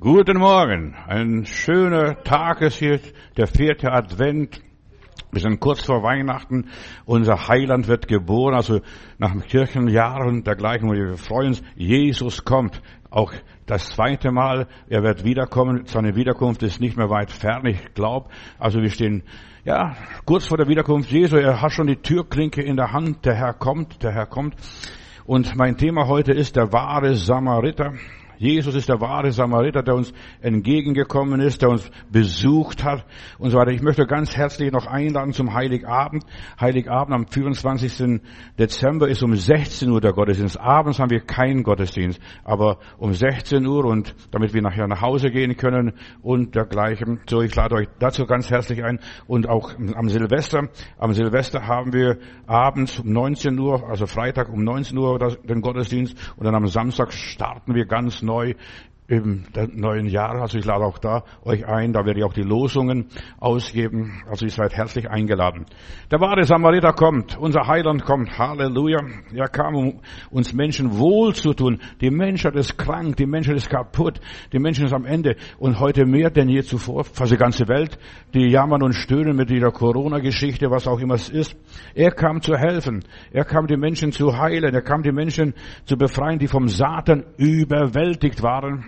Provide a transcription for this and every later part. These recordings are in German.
Guten Morgen. Ein schöner Tag ist hier, der 4. Advent. Wir sind kurz vor Weihnachten. Unser Heiland wird geboren, also nach dem Kirchenjahr und dergleichen. Und wir freuen uns, Jesus kommt. Auch das zweite Mal, er wird wiederkommen. Seine Wiederkunft ist nicht mehr weit fern, ich glaube. Also wir stehen, kurz vor der Wiederkunft Jesu. Er hat schon die Türklinke in der Hand. Der Herr kommt. Und mein Thema heute ist der wahre Samariter. Jesus ist der wahre Samariter, der uns entgegengekommen ist, der uns besucht hat und so weiter. Ich möchte ganz herzlich noch einladen zum Heiligabend. Heiligabend am 24. Dezember ist um 16 Uhr der Gottesdienst. Abends haben wir keinen Gottesdienst, aber um 16 Uhr und damit wir nachher nach Hause gehen können und dergleichen. So, ich lade euch dazu ganz herzlich ein. Und auch am Silvester haben wir abends um 19 Uhr, also Freitag um 19 Uhr den Gottesdienst und dann am Samstag starten wir ganz neu im neuen Jahr. Also ich lade auch da euch ein, da werde ich auch die Losungen ausgeben. Also ihr seid herzlich eingeladen. Der wahre Samariter kommt, unser Heiland kommt, Halleluja. Er kam, um uns Menschen wohl zu tun. Die Menschheit ist krank, die Menschheit ist kaputt, die Menschheit ist am Ende. Und heute mehr denn je zuvor, fast die ganze Welt, die jammern und stöhnen mit dieser Corona-Geschichte, was auch immer es ist. Er kam zu helfen, er kam die Menschen zu heilen, er kam die Menschen zu befreien, die vom Satan überwältigt waren.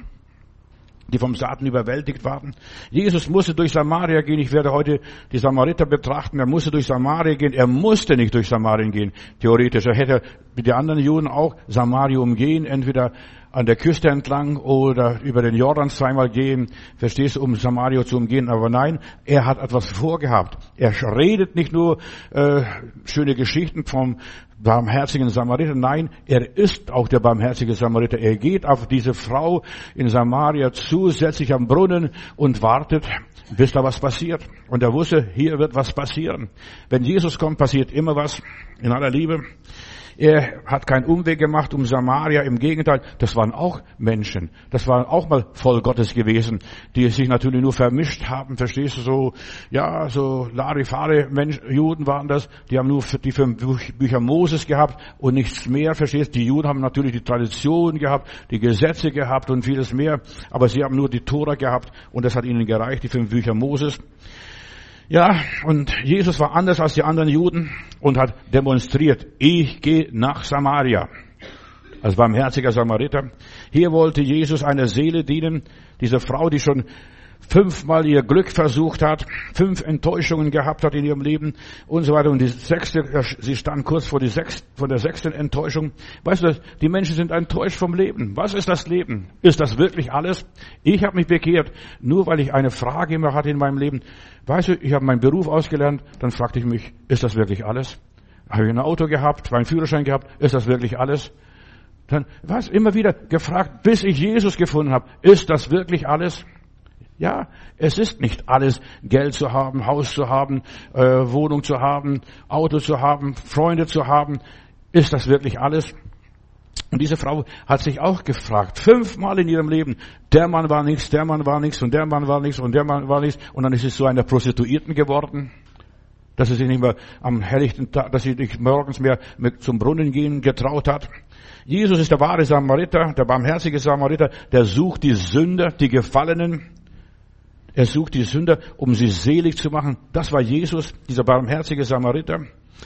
Jesus musste durch Samaria gehen. Ich werde heute die Samariter betrachten. Er musste durch Samaria gehen. Er musste nicht durch Samarien gehen, theoretisch. Er hätte wie die anderen Juden auch Samaria umgehen, entweder an der Küste entlang oder über den Jordan zweimal gehen, verstehst du, um Samaria zu umgehen. Aber nein, er hat etwas vorgehabt. Er redet nicht nur schöne Geschichten vom barmherzigen Samariter. Nein, er ist auch der barmherzige Samariter. Er geht auf diese Frau in Samaria zusätzlich am Brunnen und wartet, bis da was passiert. Und er wusste, hier wird was passieren. Wenn Jesus kommt, passiert immer was, in aller Liebe. Er hat keinen Umweg gemacht um Samaria. Im Gegenteil, das waren auch Menschen. Das waren auch mal voll Gottes gewesen, die sich natürlich nur vermischt haben. Verstehst du, so Larifare-Juden waren das. Die haben nur die 5 Bücher Moses gehabt und nichts mehr. Verstehst du? Die Juden haben natürlich die Tradition gehabt, die Gesetze gehabt und vieles mehr. Aber sie haben nur die Tora gehabt und das hat ihnen gereicht, die 5 Bücher Moses. Ja, und Jesus war anders als die anderen Juden und hat demonstriert, ich gehe nach Samaria. Als barmherziger Samariter. Hier wollte Jesus einer Seele dienen, diese Frau, die schon 5-mal ihr Glück versucht hat, 5 Enttäuschungen gehabt hat in ihrem Leben und so weiter. Und die 6., sie stand kurz vor der 6. Enttäuschung. Weißt du, die Menschen sind enttäuscht vom Leben. Was ist das Leben? Ist das wirklich alles? Ich habe mich bekehrt, nur weil ich eine Frage immer hatte in meinem Leben. Weißt du, ich habe meinen Beruf ausgelernt, dann fragte ich mich, ist das wirklich alles? Habe ich ein Auto gehabt, meinen Führerschein gehabt, ist das wirklich alles? Dann, immer wieder gefragt, bis ich Jesus gefunden habe, ist das wirklich alles? Ja, es ist nicht alles, Geld zu haben, Haus zu haben, Wohnung zu haben, Auto zu haben, Freunde zu haben. Ist das wirklich alles? Und diese Frau hat sich auch gefragt, 5-mal in ihrem Leben, der Mann war nichts, der Mann war nichts und der Mann war nichts und der Mann war nichts. Und dann ist sie zu einer Prostituierten geworden, dass sie sich nicht mehr am helllichten Tag, dass sie nicht morgens mehr zum Brunnen gehen getraut hat. Jesus ist der wahre Samariter, der barmherzige Samariter, der sucht die Sünder, die Gefallenen. Er sucht die Sünder, um sie selig zu machen. Das war Jesus, dieser barmherzige Samariter.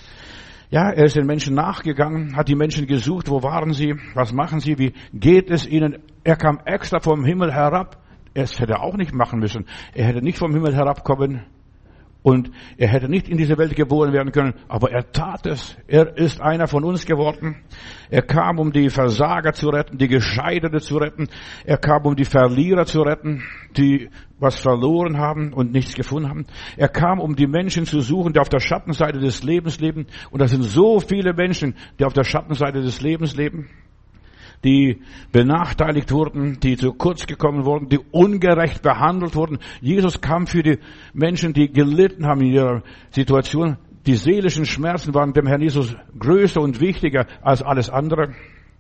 Ja, er ist den Menschen nachgegangen, hat die Menschen gesucht. Wo waren sie? Was machen sie? Wie geht es ihnen? Er kam extra vom Himmel herab. Es hätte er auch nicht machen müssen. Er hätte nicht vom Himmel herabkommen und er hätte nicht in diese Welt geboren werden können. Aber er tat es. Er ist einer von uns geworden. Er kam, um die Versager zu retten, die Gescheiterte zu retten. Er kam, um die Verlierer zu retten, die was verloren haben und nichts gefunden haben. Er kam, um die Menschen zu suchen, die auf der Schattenseite des Lebens leben. Und das sind so viele Menschen, die auf der Schattenseite des Lebens leben, die benachteiligt wurden, die zu kurz gekommen wurden, die ungerecht behandelt wurden. Jesus kam für die Menschen, die gelitten haben in ihrer Situation. Die seelischen Schmerzen waren dem Herrn Jesus größer und wichtiger als alles andere.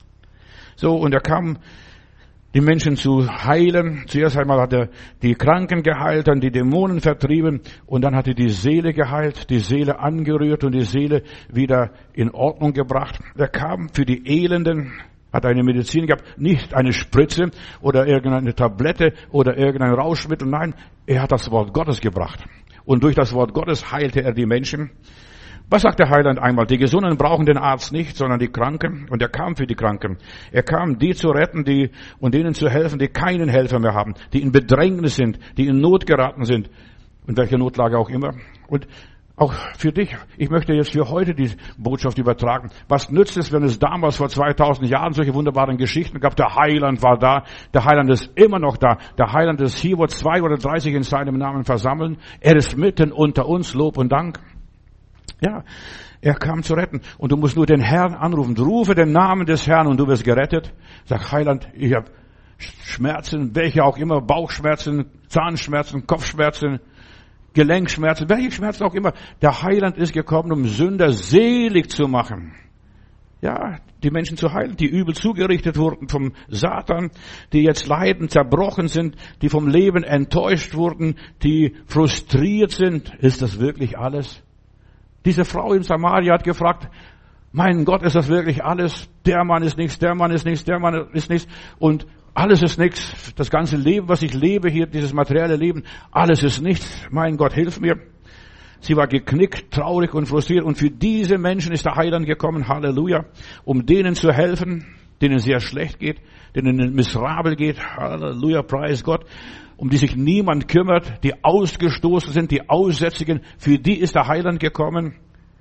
So, und er kam, die Menschen zu heilen. Zuerst einmal hat er die Kranken geheilt, dann die Dämonen vertrieben und dann hat er die Seele geheilt, die Seele angerührt und die Seele wieder in Ordnung gebracht. Er kam für die Elenden, Hat eine Medizin gehabt, nicht eine Spritze oder irgendeine Tablette oder irgendein Rauschmittel. Nein, er hat das Wort Gottes gebracht. Und durch das Wort Gottes heilte er die Menschen. Was sagt der Heiland einmal? Die Gesunden brauchen den Arzt nicht, sondern die Kranken. Und er kam für die Kranken. Er kam, die zu retten, und denen zu helfen, die keinen Helfer mehr haben, die in Bedrängnis sind, die in Not geraten sind. In welcher Notlage auch immer. Und auch für dich, ich möchte jetzt für heute die Botschaft übertragen. Was nützt es, wenn es damals vor 2000 Jahren solche wunderbaren Geschichten gab? Der Heiland war da, der Heiland ist immer noch da. Der Heiland ist hier, wo 2 oder 3 sich in seinem Namen versammeln. Er ist mitten unter uns, Lob und Dank. Ja, er kam zu retten. Und du musst nur den Herrn anrufen. Rufe den Namen des Herrn und du wirst gerettet. Sag, Heiland, ich habe Schmerzen, welche auch immer, Bauchschmerzen, Zahnschmerzen, Kopfschmerzen, Gelenkschmerzen, welche Schmerzen auch immer. Der Heiland ist gekommen, um Sünder selig zu machen. Ja, die Menschen zu heilen, die übel zugerichtet wurden vom Satan, die jetzt leiden, zerbrochen sind, die vom Leben enttäuscht wurden, die frustriert sind. Ist das wirklich alles? Diese Frau in Samaria hat gefragt, mein Gott, ist das wirklich alles? Der Mann ist nichts, der Mann ist nichts, der Mann ist nichts und alles ist nichts. Das ganze Leben, was ich lebe hier, dieses materielle Leben, alles ist nichts. Mein Gott, hilf mir. Sie war geknickt, traurig und frustriert. Und für diese Menschen ist der Heiland gekommen, Halleluja, um denen zu helfen, denen es sehr schlecht geht, denen es miserabel geht, Halleluja, preis Gott, um die sich niemand kümmert, die ausgestoßen sind, die Aussätzigen, für die ist der Heiland gekommen.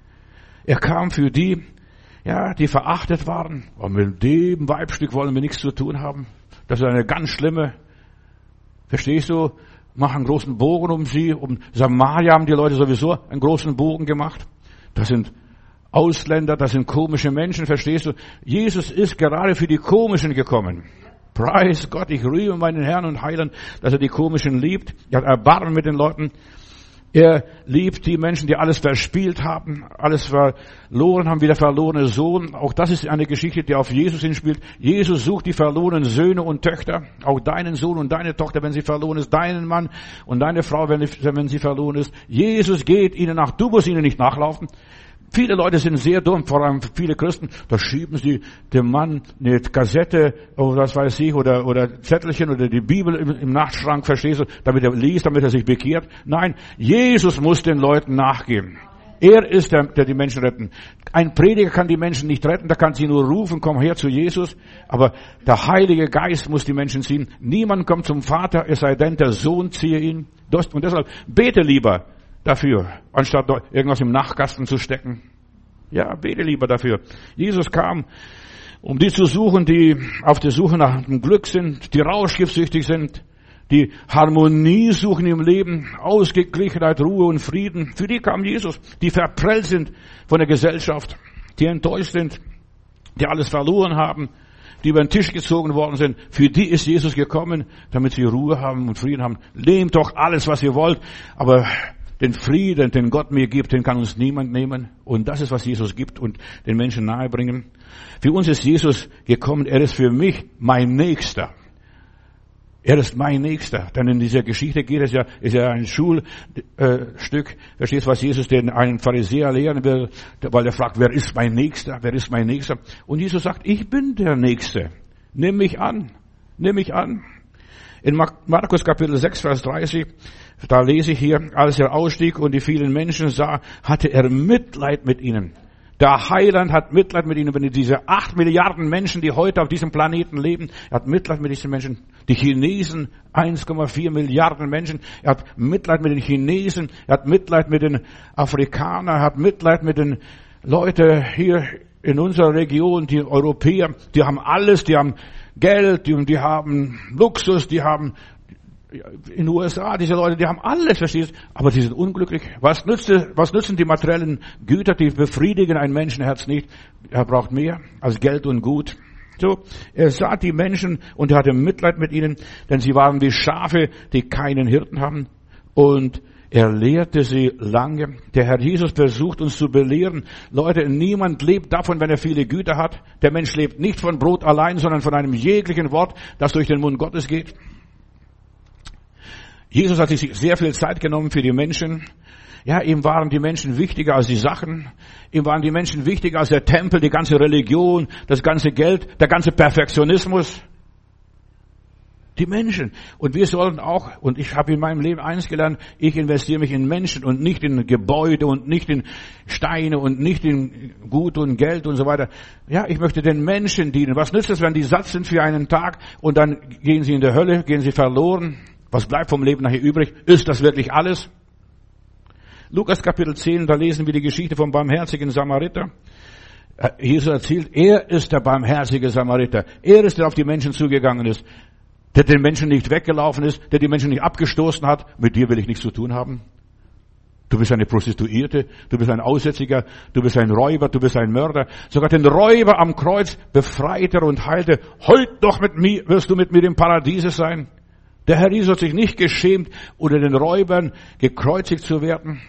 Er kam für die, ja, die verachtet waren. Und mit dem Weibstück wollen wir nichts zu tun haben. Das ist eine ganz schlimme, verstehst du, machen einen großen Bogen um sie. Um Samaria haben die Leute sowieso einen großen Bogen gemacht. Das sind Ausländer, das sind komische Menschen, verstehst du. Jesus ist gerade für die Komischen gekommen. Preis Gott, ich rühme meinen Herrn und Heiland, dass er die Komischen liebt. Er hat Erbarmen mit den Leuten. Er liebt die Menschen, die alles verspielt haben, alles verloren haben, wie der verlorene Sohn. Auch das ist eine Geschichte, die auf Jesus hinspielt. Jesus sucht die verlorenen Söhne und Töchter, auch deinen Sohn und deine Tochter, wenn sie verloren ist, deinen Mann und deine Frau, wenn sie verloren ist. Jesus geht ihnen nach, du musst ihnen nicht nachlaufen. Viele Leute sind sehr dumm, vor allem viele Christen, da schieben sie dem Mann eine Kassette, oder was weiß ich, oder Zettelchen oder die Bibel im Nachtschrank, verstehst du, damit er liest, damit er sich bekehrt. Nein, Jesus muss den Leuten nachgeben. Er ist der die Menschen retten. Ein Prediger kann die Menschen nicht retten, der kann sie nur rufen, komm her zu Jesus, aber der Heilige Geist muss die Menschen ziehen. Niemand kommt zum Vater, es sei denn, der Sohn ziehe ihn. Und deshalb bete lieber dafür, anstatt irgendwas im Nachtkasten zu stecken. Ja, bete lieber dafür. Jesus kam, um die zu suchen, die auf der Suche nach dem Glück sind, die rauschgiftsüchtig sind, die Harmonie suchen im Leben, Ausgeglichenheit, Ruhe und Frieden. Für die kam Jesus, die verprellt sind von der Gesellschaft, die enttäuscht sind, die alles verloren haben, die über den Tisch gezogen worden sind. Für die ist Jesus gekommen, damit sie Ruhe haben und Frieden haben. Nehmt doch alles, was ihr wollt, aber den Frieden, den Gott mir gibt, den kann uns niemand nehmen. Und das ist, was Jesus gibt und den Menschen nahebringen. Für uns ist Jesus gekommen. Er ist für mich mein Nächster. Er ist mein Nächster. Denn in dieser Geschichte ist ja ein Schulstück. Verstehst du, was Jesus den einen Pharisäer lehren will? Weil er fragt, wer ist mein Nächster? Wer ist mein Nächster? Und Jesus sagt, ich bin der Nächste. Nimm mich an. Nimm mich an. In Markus Kapitel 6, Vers 30, da lese ich hier, als er ausstieg und die vielen Menschen sah, hatte er Mitleid mit ihnen. Der Heiland hat Mitleid mit ihnen, wenn diese 8 Milliarden Menschen, die heute auf diesem Planeten leben, er hat Mitleid mit diesen Menschen. Die Chinesen, 1,4 Milliarden Menschen, er hat Mitleid mit den Chinesen, er hat Mitleid mit den Afrikanern, er hat Mitleid mit den Leuten hier in unserer Region, die Europäer, die haben alles, die haben Geld, die haben Luxus, die haben in den USA, diese Leute, die haben alles, verstehst du? Aber die sind unglücklich. Was nützen die materiellen Güter, die befriedigen ein Menschenherz nicht? Er braucht mehr als Geld und Gut. So, er sah die Menschen und er hatte Mitleid mit ihnen, denn sie waren wie Schafe, die keinen Hirten haben. Und er lehrte sie lange. Der Herr Jesus versucht uns zu belehren. Leute, niemand lebt davon, wenn er viele Güter hat. Der Mensch lebt nicht von Brot allein, sondern von einem jeglichen Wort, das durch den Mund Gottes geht. Jesus hat sich sehr viel Zeit genommen für die Menschen. Ja, ihm waren die Menschen wichtiger als die Sachen. Ihm waren die Menschen wichtiger als der Tempel, die ganze Religion, das ganze Geld, der ganze Perfektionismus. Die Menschen. Und wir sollten auch, und ich habe in meinem Leben eins gelernt, ich investiere mich in Menschen und nicht in Gebäude und nicht in Steine und nicht in Gut und Geld und so weiter. Ja, ich möchte den Menschen dienen. Was nützt es, wenn die satt sind für einen Tag und dann gehen sie in die Hölle, gehen sie verloren? Was bleibt vom Leben nachher übrig? Ist das wirklich alles? Lukas Kapitel 10, da lesen wir die Geschichte vom barmherzigen Samariter. Jesus erzählt, er ist der barmherzige Samariter. Er ist, der auf die Menschen zugegangen ist. Der den Menschen nicht weggelaufen ist, der die Menschen nicht abgestoßen hat. Mit dir will ich nichts zu tun haben. Du bist eine Prostituierte, du bist ein Aussätziger, du bist ein Räuber, du bist ein Mörder. Sogar den Räuber am Kreuz befreite er und heilte. Heut doch mit mir, wirst du mit mir im Paradiese sein. Der Herr Jesus hat sich nicht geschämt, unter den Räubern gekreuzigt zu werden.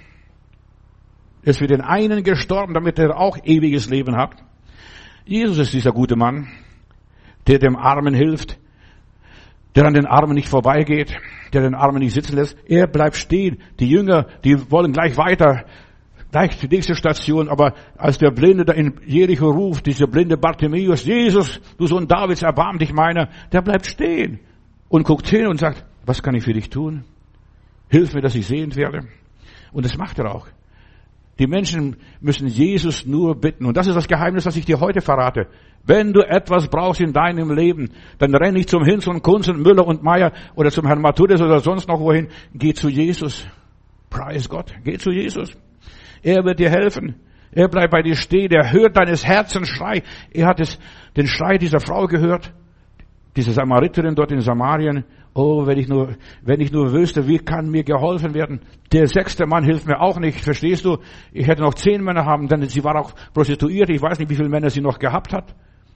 Er ist für den einen gestorben, damit er auch ewiges Leben hat. Jesus ist dieser gute Mann, der dem Armen hilft, der an den Armen nicht vorbeigeht, der den Armen nicht sitzen lässt. Er bleibt stehen. Die Jünger, die wollen gleich weiter, gleich die nächste Station. Aber als der Blinde da in Jericho ruft, dieser blinde Bartimäus, Jesus, du Sohn Davids, erbarm dich meiner, der bleibt stehen und guckt hin und sagt, was kann ich für dich tun? Hilf mir, dass ich sehend werde. Und das macht er auch. Die Menschen müssen Jesus nur bitten. Und das ist das Geheimnis, was ich dir heute verrate. Wenn du etwas brauchst in deinem Leben, dann renn nicht zum Hinz und Kunz und Müller und Meier oder zum Herrn Matthäus oder sonst noch wohin. Geh zu Jesus. Preis Gott. Geh zu Jesus. Er wird dir helfen. Er bleibt bei dir stehen. Er hört deines Herzens Schrei. Er hat den Schrei dieser Frau gehört. Diese Samariterin dort in Samarien. Oh, wenn ich nur wüsste, wie kann mir geholfen werden? Der 6. Mann hilft mir auch nicht, verstehst du? Ich hätte noch 10 Männer haben, denn sie war auch prostituiert. Ich weiß nicht, wie viele Männer sie noch gehabt hat.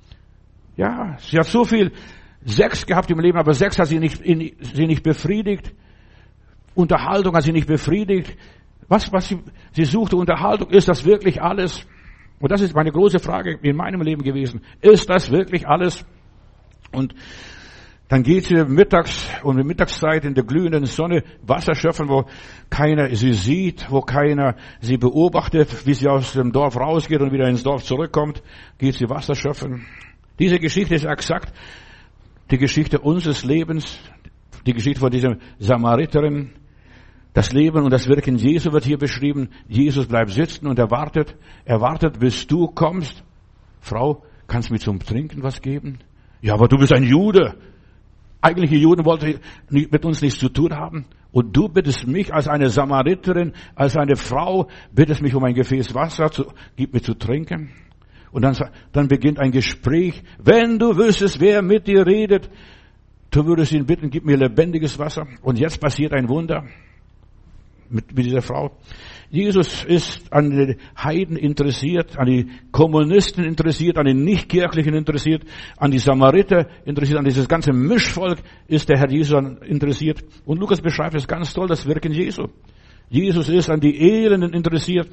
Ja, sie hat so viel 6 gehabt im Leben, aber 6 hat sie nicht befriedigt. Unterhaltung hat sie nicht befriedigt. Was sie suchte, Unterhaltung, ist das wirklich alles? Und das ist meine große Frage in meinem Leben gewesen. Ist das wirklich alles? Und dann geht sie mittags um die Mittagszeit in der glühenden Sonne Wasser schöpfen, wo keiner sie sieht, wo keiner sie beobachtet, wie sie aus dem Dorf rausgeht und wieder ins Dorf zurückkommt, geht sie Wasser schöpfen. Diese Geschichte ist exakt die Geschichte unseres Lebens, die Geschichte von dieser Samariterin. Das Leben und das Wirken Jesu wird hier beschrieben. Jesus bleibt sitzen und er wartet, bis du kommst. Frau, kannst du mir zum Trinken was geben? Ja, aber du bist ein Jude. Eigentliche Juden wollten mit uns nichts zu tun haben. Und du bittest mich als eine Samariterin, als eine Frau, bittest mich um ein Gefäß Wasser, gib mir zu trinken. Und dann beginnt ein Gespräch. Wenn du wüsstest, wer mit dir redet, du würdest ihn bitten, gib mir lebendiges Wasser. Und jetzt passiert ein Wunder mit dieser Frau. Jesus ist an die Heiden interessiert, an die Kommunisten interessiert, an die Nichtkirchlichen interessiert, an die Samariter interessiert, an dieses ganze Mischvolk ist der Herr Jesus interessiert. Und Lukas beschreibt es ganz toll, das Wirken Jesu. Jesus ist an die Elenden interessiert.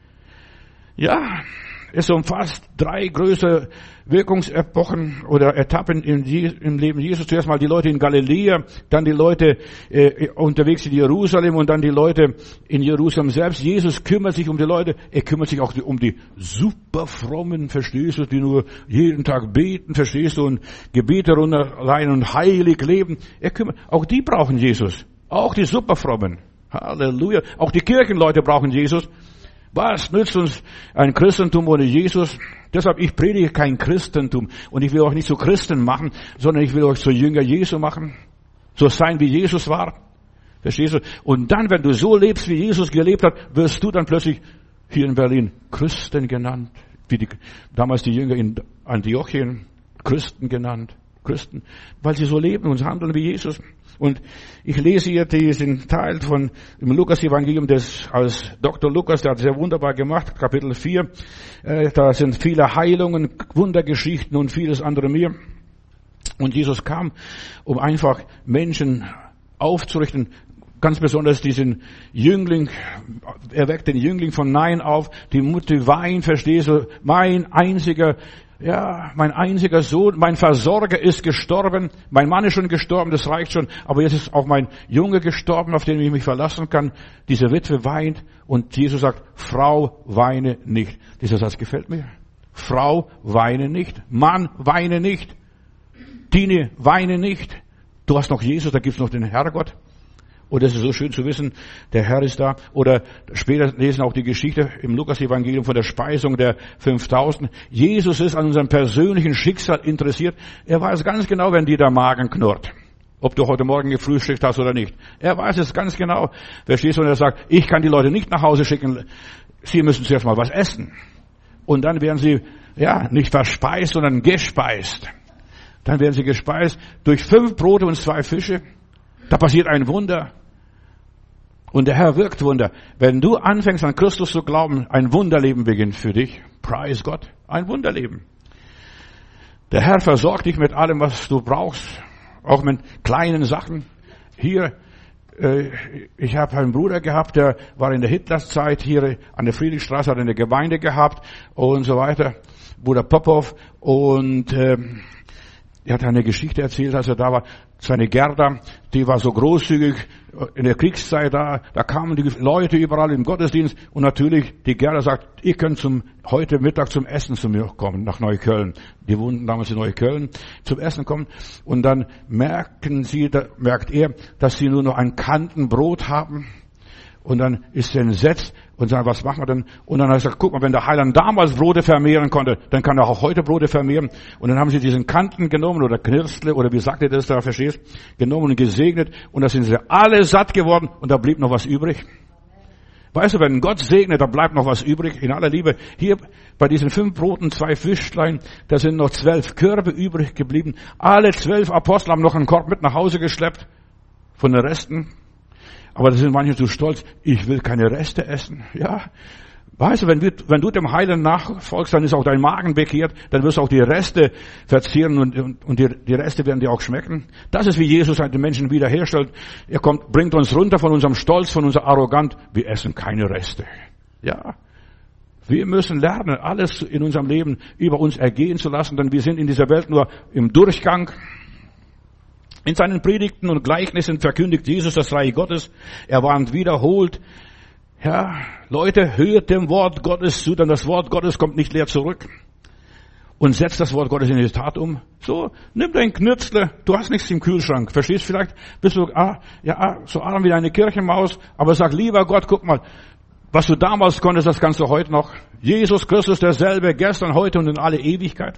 Ja, es umfasst 3 größere Wirkungsepochen oder Etappen im Leben Jesus. Zuerst mal die Leute in Galiläa, dann die Leute unterwegs in Jerusalem und dann die Leute in Jerusalem selbst. Jesus kümmert sich um die Leute. Er kümmert sich auch um die superfrommen, verstehst du, die nur jeden Tag beten, verstehst du, und Gebete runterleihen und heilig leben. Auch die brauchen Jesus. Auch die superfrommen. Halleluja. Auch die Kirchenleute brauchen Jesus. Was nützt uns ein Christentum ohne Jesus? Deshalb, ich predige kein Christentum. Und ich will euch nicht zu Christen machen, sondern ich will euch zu Jünger Jesu machen. So sein, wie Jesus war. Verstehst du? Und dann, wenn du so lebst, wie Jesus gelebt hat, wirst du dann plötzlich hier in Berlin Christen genannt. Wie damals die Jünger in Antiochien Christen genannt. Christen, weil sie so leben und handeln wie Jesus. Und ich lese hier diesen Teil von dem Lukas-Evangelium, das als Dr. Lukas, der hat sehr wunderbar gemacht, Kapitel 4. Da sind viele Heilungen, Wundergeschichten und vieles andere mehr. Und Jesus kam, um einfach Menschen aufzurichten, ganz besonders diesen Jüngling, er weckt den Jüngling von Nein auf, die Mutter weint, verstehst du, mein einziger Ja, mein einziger Sohn, mein Versorger ist gestorben. Mein Mann ist schon gestorben, das reicht schon. Aber jetzt ist auch mein Junge gestorben, auf den ich mich verlassen kann. Diese Witwe weint und Jesus sagt, Frau, weine nicht. Dieser Satz gefällt mir. Frau, weine nicht. Mann, weine nicht. Tine, weine nicht. Du hast noch Jesus, da gibt's noch den Herrgott. Und es ist so schön zu wissen, der Herr ist da. Oder später lesen auch die Geschichte im Lukas-Evangelium von der Speisung der 5000. Jesus ist an unserem persönlichen Schicksal interessiert. Er weiß ganz genau, wenn dir der Magen knurrt. Ob du heute Morgen gefrühstückt hast oder nicht. Er weiß es ganz genau. Verstehst du? Und er sagt, ich kann die Leute nicht nach Hause schicken. Sie müssen zuerst mal was essen. Und dann werden sie, nicht verspeist, sondern gespeist. Dann werden sie gespeist durch 5 Brote und 2 Fische. Da passiert ein Wunder. Und der Herr wirkt Wunder. Wenn du anfängst an Christus zu glauben, ein Wunderleben beginnt für dich. Preis Gott, ein Wunderleben. Der Herr versorgt dich mit allem, was du brauchst. Auch mit kleinen Sachen. Hier, ich habe einen Bruder gehabt, der war in der Hitlerzeit hier an der Friedrichstraße, hat eine Gemeinde gehabt und so weiter. Bruder Popov. Und er hat eine Geschichte erzählt, als er da war. Seine Gerda, die war so großzügig in der Kriegszeit da kamen die Leute überall im Gottesdienst und natürlich die Gerda sagt, ihr könnt heute Mittag zum Essen zu mir kommen, nach Neukölln. Die wohnten damals in Neukölln, zum Essen kommen und dann merkt er, dass sie nur noch ein Kantenbrot haben. Und dann ist er entsetzt und sagt, was machen wir denn? Und dann hat er gesagt, guck mal, wenn der Heiland damals Brote vermehren konnte, dann kann er auch heute Brote vermehren. Und dann haben sie diesen Kanten genommen oder Knirstle oder wie sagt ihr das da, verstehst? Genommen und gesegnet und da sind sie alle satt geworden und da blieb noch was übrig. Weißt du, wenn Gott segnet, da bleibt noch was übrig. In aller Liebe, hier bei diesen 5 Broten, 2 Fischlein, da sind noch 12 Körbe übrig geblieben. Alle 12 Apostel haben noch einen Korb mit nach Hause geschleppt von den Resten. Aber da sind manche zu stolz, ich will keine Reste essen. Ja, weißt du, wenn du dem Heiland nachfolgst, dann ist auch dein Magen bekehrt, dann wirst du auch die Reste verzehren und die Reste werden dir auch schmecken. Das ist, wie Jesus den Menschen wiederherstellt. Er bringt uns runter von unserem Stolz, von unserem Arrogant. Wir essen keine Reste. Ja, wir müssen lernen, alles in unserem Leben über uns ergehen zu lassen, denn wir sind in dieser Welt nur im Durchgang. In seinen Predigten und Gleichnissen verkündigt Jesus das Reich Gottes. Er warnt wiederholt. Ja, Leute, hört dem Wort Gottes zu, denn das Wort Gottes kommt nicht leer zurück. Und setzt das Wort Gottes in die Tat um. So, nimm dein Knürzle, du hast nichts im Kühlschrank. Verstehst, vielleicht bist du, so arm wie eine Kirchenmaus, aber sag, lieber Gott, guck mal, was du damals konntest, das kannst du heute noch. Jesus Christus derselbe, gestern, heute und in alle Ewigkeit.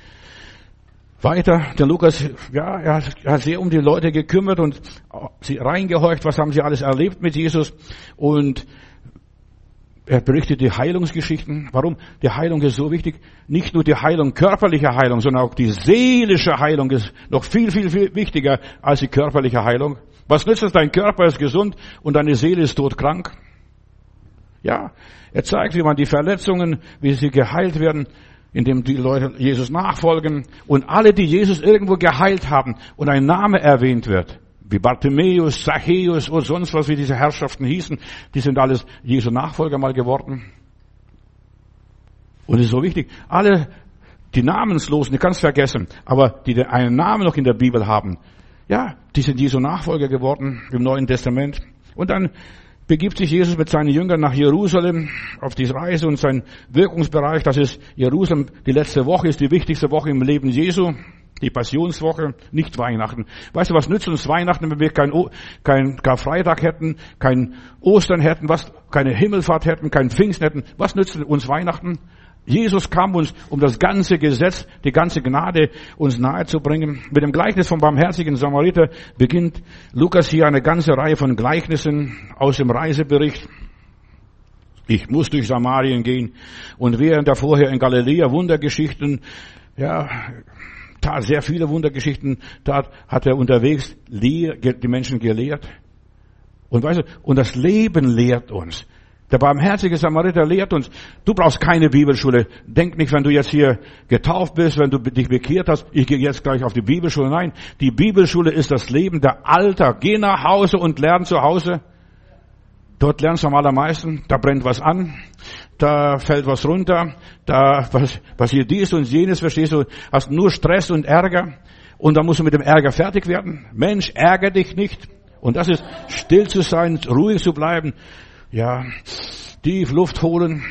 Weiter, der Lukas, er hat sehr um die Leute gekümmert und sie reingehorcht, was haben sie alles erlebt mit Jesus. Und er berichtet die Heilungsgeschichten. Warum? Die Heilung ist so wichtig. Nicht nur die Heilung, körperliche Heilung, sondern auch die seelische Heilung ist noch viel, viel, viel wichtiger als die körperliche Heilung. Was nützt es? Dein Körper ist gesund und deine Seele ist todkrank. Ja, er zeigt, wie man die Verletzungen, wie sie geheilt werden, indem die Leute Jesus nachfolgen und alle, die Jesus irgendwo geheilt haben und ein Name erwähnt wird, wie Bartimäus, Zachäus und sonst was, wie diese Herrschaften hießen, die sind alles Jesu Nachfolger mal geworden. Und es ist so wichtig, alle die Namenslosen, die kannst du vergessen, aber die einen Namen noch in der Bibel haben, die sind Jesu Nachfolger geworden im Neuen Testament. Und dann begibt sich Jesus mit seinen Jüngern nach Jerusalem auf die Reise und sein Wirkungsbereich, das ist Jerusalem, die letzte Woche ist die wichtigste Woche im Leben Jesu, die Passionswoche, nicht Weihnachten. Weißt du, was nützt uns Weihnachten, wenn wir kein Karfreitag hätten, kein Ostern hätten, keine Himmelfahrt hätten, kein Pfingsten hätten? Was nützt uns Weihnachten? Jesus kam uns, um das ganze Gesetz, die ganze Gnade uns nahezubringen. Mit dem Gleichnis vom barmherzigen Samariter beginnt Lukas hier eine ganze Reihe von Gleichnissen aus dem Reisebericht. Ich muss durch Samarien gehen. Und während er vorher in Galiläa Wundergeschichten, tat sehr viele Wundergeschichten, hat er unterwegs die Menschen gelehrt. Und weißt du, und das Leben lehrt uns. Der barmherzige Samariter lehrt uns, du brauchst keine Bibelschule. Denk nicht, wenn du jetzt hier getauft bist, wenn du dich bekehrt hast, ich gehe jetzt gleich auf die Bibelschule. Nein, die Bibelschule ist das Leben, der Alltag. Geh nach Hause und lern zu Hause. Dort lernst du am allermeisten, da brennt was an. da fällt was runter, da passiert dies und jenes, verstehst du, hast nur Stress und Ärger und dann musst du mit dem Ärger fertig werden. Mensch, ärger dich nicht. Und das ist still zu sein, ruhig zu bleiben, ja, tief Luft holen.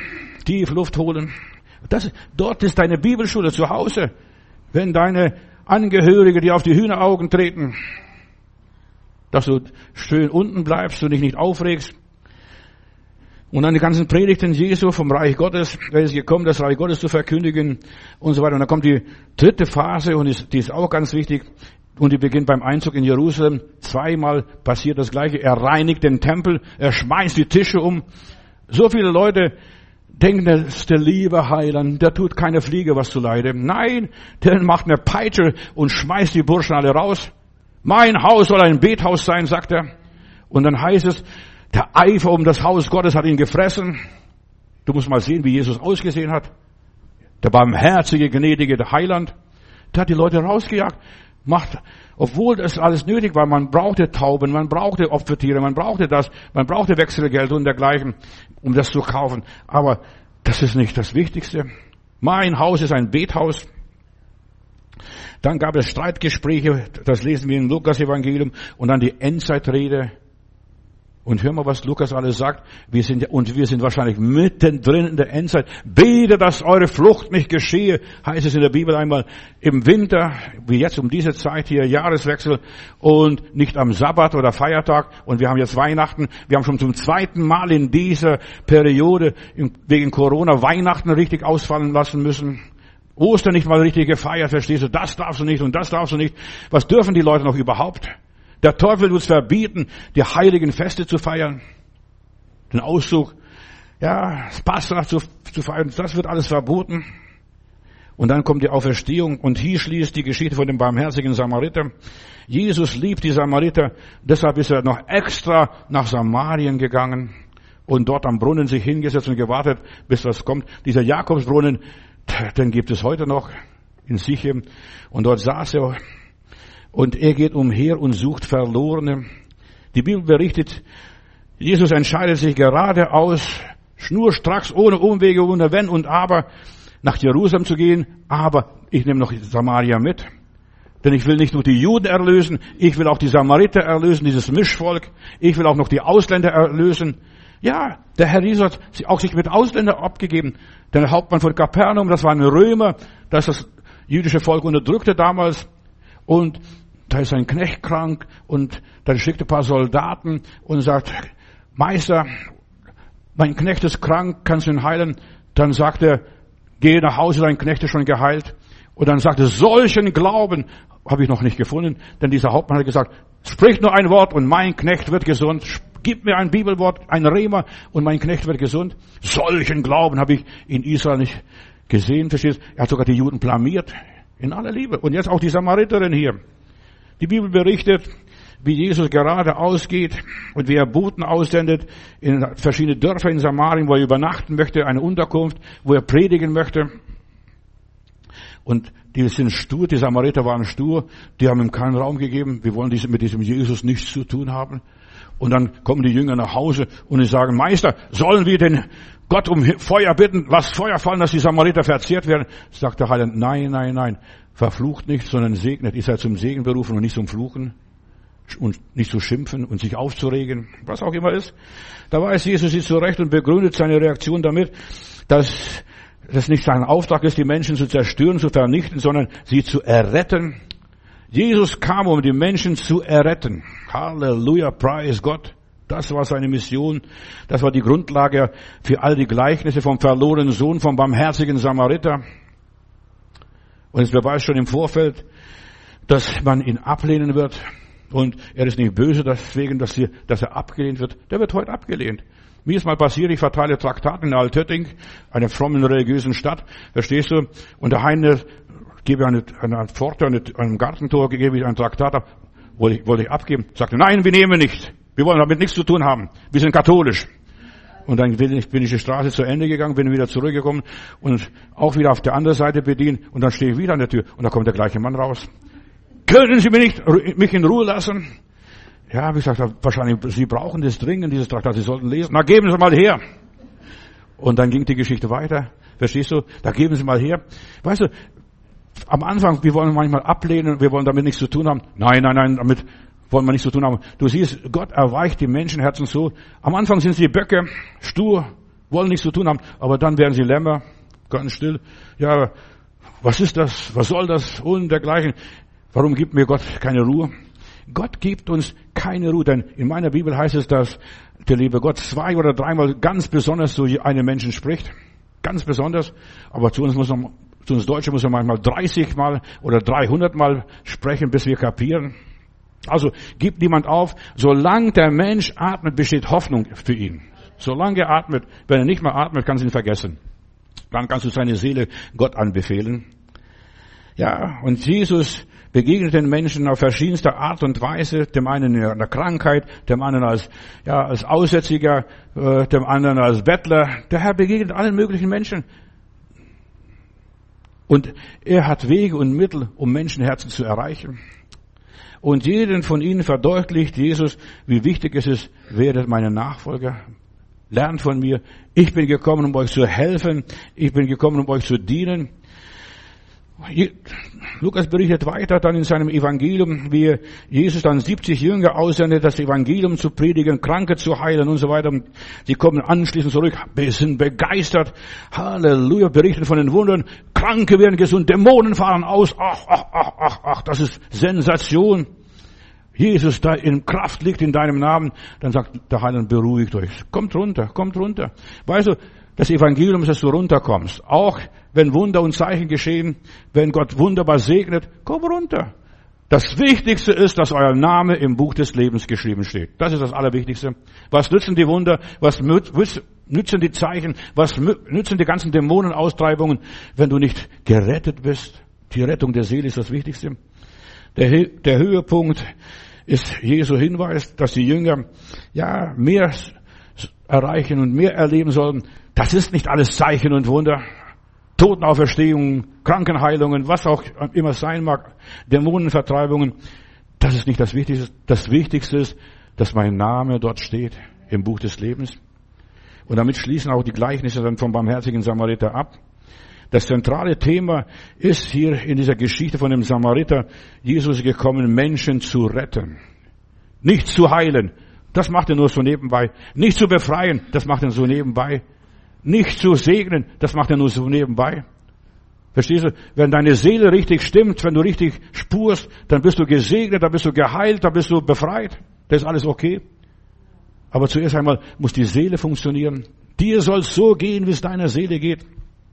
Dort ist deine Bibelschule zu Hause. Wenn deine Angehörige dir auf die Hühneraugen treten, dass du schön unten bleibst und dich nicht aufregst. Und dann die ganzen Predigten Jesu vom Reich Gottes, er ist gekommen, das Reich Gottes zu verkündigen und so weiter. Und dann kommt die dritte Phase und die ist auch ganz wichtig. Und die beginnt beim Einzug in Jerusalem. Zweimal passiert das Gleiche. Er reinigt den Tempel, er schmeißt die Tische um. So viele Leute denken, das ist der liebe Heiland, der tut keine Fliege was zuleide. Nein, der macht eine Peitsche und schmeißt die Burschen alle raus. Mein Haus soll ein Bethaus sein, sagt er. Und dann heißt es, der Eifer um das Haus Gottes hat ihn gefressen. Du musst mal sehen, wie Jesus ausgesehen hat. Der barmherzige, gnädige Heiland. Der hat die Leute rausgejagt. Obwohl das alles nötig war. Man brauchte Tauben, man brauchte Opfertiere, man brauchte das, man brauchte Wechselgeld und dergleichen, um das zu kaufen. Aber das ist nicht das Wichtigste. Mein Haus ist ein Bethaus. Dann gab es Streitgespräche, das lesen wir im Lukas-Evangelium, und dann die Endzeitrede. Und hör mal, was Lukas alles sagt. Wir sind wahrscheinlich mittendrin in der Endzeit. Bete, dass eure Flucht nicht geschehe, heißt es in der Bibel einmal, im Winter, wie jetzt um diese Zeit hier, Jahreswechsel, und nicht am Sabbat oder Feiertag. Und wir haben jetzt Weihnachten. Wir haben schon zum zweiten Mal in dieser Periode wegen Corona Weihnachten richtig ausfallen lassen müssen. Ostern nicht mal richtig gefeiert, verstehst du? Das darfst du nicht und das darfst du nicht. Was dürfen die Leute noch überhaupt? Der Teufel wird es verbieten, die heiligen Feste zu feiern, den Auszug, ja, das Passach zu feiern, das wird alles verboten. Und dann kommt die Auferstehung und hier schließt die Geschichte von dem barmherzigen Samariter. Jesus liebt die Samariter, deshalb ist er noch extra nach Samarien gegangen und dort am Brunnen sich hingesetzt und gewartet, bis was kommt. Dieser Jakobsbrunnen, den gibt es heute noch in Sichem, und dort saß er. Und er geht umher und sucht Verlorene. Die Bibel berichtet, Jesus entscheidet sich geradeaus, schnurstracks, ohne Umwege, ohne Wenn und Aber, nach Jerusalem zu gehen. Aber ich nehme noch Samaria mit. Denn ich will nicht nur die Juden erlösen, ich will auch die Samariter erlösen, dieses Mischvolk. Ich will auch noch die Ausländer erlösen. Ja, der Herr Jesus hat auch sich mit Ausländern abgegeben. Der Hauptmann von Kapernaum, das war ein Römer, das das jüdische Volk unterdrückte damals. Und da ist ein Knecht krank und dann schickt ein paar Soldaten und sagt, Meister, mein Knecht ist krank, kannst du ihn heilen? Dann sagt er, geh nach Hause, dein Knecht ist schon geheilt. Und dann sagt er, solchen Glauben habe ich noch nicht gefunden, denn dieser Hauptmann hat gesagt, sprich nur ein Wort und mein Knecht wird gesund. Gib mir ein Bibelwort, ein Rema und mein Knecht wird gesund. Solchen Glauben habe ich in Israel nicht gesehen, verstehst du? Er hat sogar die Juden blamiert. In aller Liebe. Und jetzt auch die Samariterin hier. Die Bibel berichtet, wie Jesus gerade ausgeht und wie er Boten aussendet in verschiedene Dörfer in Samarien, wo er übernachten möchte, eine Unterkunft, wo er predigen möchte. Und die sind stur, die Samariter waren stur, die haben ihm keinen Raum gegeben. Wir wollen mit diesem Jesus nichts zu tun haben. Und dann kommen die Jünger nach Hause und sie sagen, Meister, sollen wir den Gott um Feuer bitten, lass Feuer fallen, dass die Samariter verzehrt werden? Sagt der Heiland, nein, verflucht nicht, sondern segnet. Ihr seid zum Segen berufen und nicht zum Fluchen und nicht zu schimpfen und sich aufzuregen, was auch immer ist. Da weiß Jesus sich zurecht und begründet seine Reaktion damit, dass das nicht sein Auftrag ist, die Menschen zu zerstören, zu vernichten, sondern sie zu erretten. Jesus kam, um die Menschen zu erretten. Halleluja, preis Gott. Das war seine Mission. Das war die Grundlage für all die Gleichnisse vom verlorenen Sohn, vom barmherzigen Samariter. Und es beweist schon im Vorfeld, dass man ihn ablehnen wird. Und er ist nicht böse deswegen, dass er abgelehnt wird. Der wird heute abgelehnt. Mir ist mal passiert, ich verteile Traktate in Altötting, einer frommen religiösen Stadt, verstehst du? Und der Heine gebe eine Pforte, an einem Gartentor, gebe ich ein Traktat ab, wollte ich abgeben. Sagte, nein, wir nehmen nicht. Wir wollen damit nichts zu tun haben. Wir sind katholisch. Und dann bin ich die Straße zu Ende gegangen, bin wieder zurückgekommen und auch wieder auf der anderen Seite bedient. Und dann stehe ich wieder an der Tür und da kommt der gleiche Mann raus. Können Sie mich in Ruhe lassen? Ja, wie gesagt, wahrscheinlich, Sie brauchen das dringend, dieses Traktat, Sie sollten lesen. Na, geben Sie mal her. Und dann ging die Geschichte weiter. Verstehst du? Da geben sie mal her. Weißt du, am Anfang, wir wollen manchmal ablehnen, wir wollen damit nichts zu tun haben. Nein, damit wollen wir nichts zu tun haben. Du siehst, Gott erweicht die Menschenherzen so. Am Anfang sind sie Böcke, stur, wollen nichts zu tun haben, aber dann werden sie Lämmer, ganz still. Ja, was ist das? Was soll das? Und dergleichen. Warum gibt mir Gott keine Ruhe? Gott gibt uns keine Ruhe, denn in meiner Bibel heißt es, dass der liebe Gott 2 oder 3 Mal ganz besonders zu einem Menschen spricht. Ganz besonders. Aber zu uns Deutschen muss er manchmal 30 Mal oder 300 Mal sprechen, bis wir kapieren. Also gibt niemand auf. Solange der Mensch atmet, besteht Hoffnung für ihn. Solange er atmet, wenn er nicht mehr atmet, kannst du ihn vergessen. Dann kannst du seine Seele Gott anbefehlen. Ja, und Jesus begegnet den Menschen auf verschiedenste Art und Weise. Dem einen in der Krankheit, dem anderen als Aussätziger, dem anderen als Bettler. Der Herr begegnet allen möglichen Menschen. Und er hat Wege und Mittel, um Menschenherzen zu erreichen. Und jeden von ihnen verdeutlicht Jesus, wie wichtig es ist, werdet meine Nachfolger. Lernt von mir. Ich bin gekommen, um euch zu helfen. Ich bin gekommen, um euch zu dienen. Lukas berichtet weiter dann in seinem Evangelium, wie Jesus dann 70 Jünger aussendet, das Evangelium zu predigen, Kranke zu heilen und so weiter. Die kommen anschließend zurück, sind begeistert. Halleluja, berichten von den Wundern. Kranke werden gesund, Dämonen fahren aus. Ach, das ist Sensation. Jesus da in Kraft liegt in deinem Namen. Dann sagt der Heiland, beruhigt euch. Kommt runter. Weißt du, das Evangelium ist, dass du runterkommst. Auch wenn Wunder und Zeichen geschehen, wenn Gott wunderbar segnet, komm runter. Das Wichtigste ist, dass euer Name im Buch des Lebens geschrieben steht. Das ist das Allerwichtigste. Was nützen die Wunder? Was nützen die Zeichen? Was nützen die ganzen Dämonenaustreibungen, wenn du nicht gerettet bist? Die Rettung der Seele ist das Wichtigste. Der Höhepunkt ist Jesu Hinweis, dass die Jünger mehr erreichen und mehr erleben sollen. Das ist nicht alles Zeichen und Wunder. Totenauferstehungen, Krankenheilungen, was auch immer sein mag, Dämonenvertreibungen. Das ist nicht das Wichtigste. Das Wichtigste ist, dass mein Name dort steht im Buch des Lebens. Und damit schließen auch die Gleichnisse dann vom barmherzigen Samariter ab. Das zentrale Thema ist hier in dieser Geschichte von dem Samariter, Jesus ist gekommen, Menschen zu retten. Nicht zu heilen, das macht er nur so nebenbei. Nicht zu befreien, das macht er so nebenbei. Nicht zu segnen, das macht er nur so nebenbei. Verstehst du? Wenn deine Seele richtig stimmt, wenn du richtig spurst, dann bist du gesegnet, dann bist du geheilt, dann bist du befreit. Das ist alles okay. Aber zuerst einmal muss die Seele funktionieren. Dir soll es so gehen, wie es deiner Seele geht.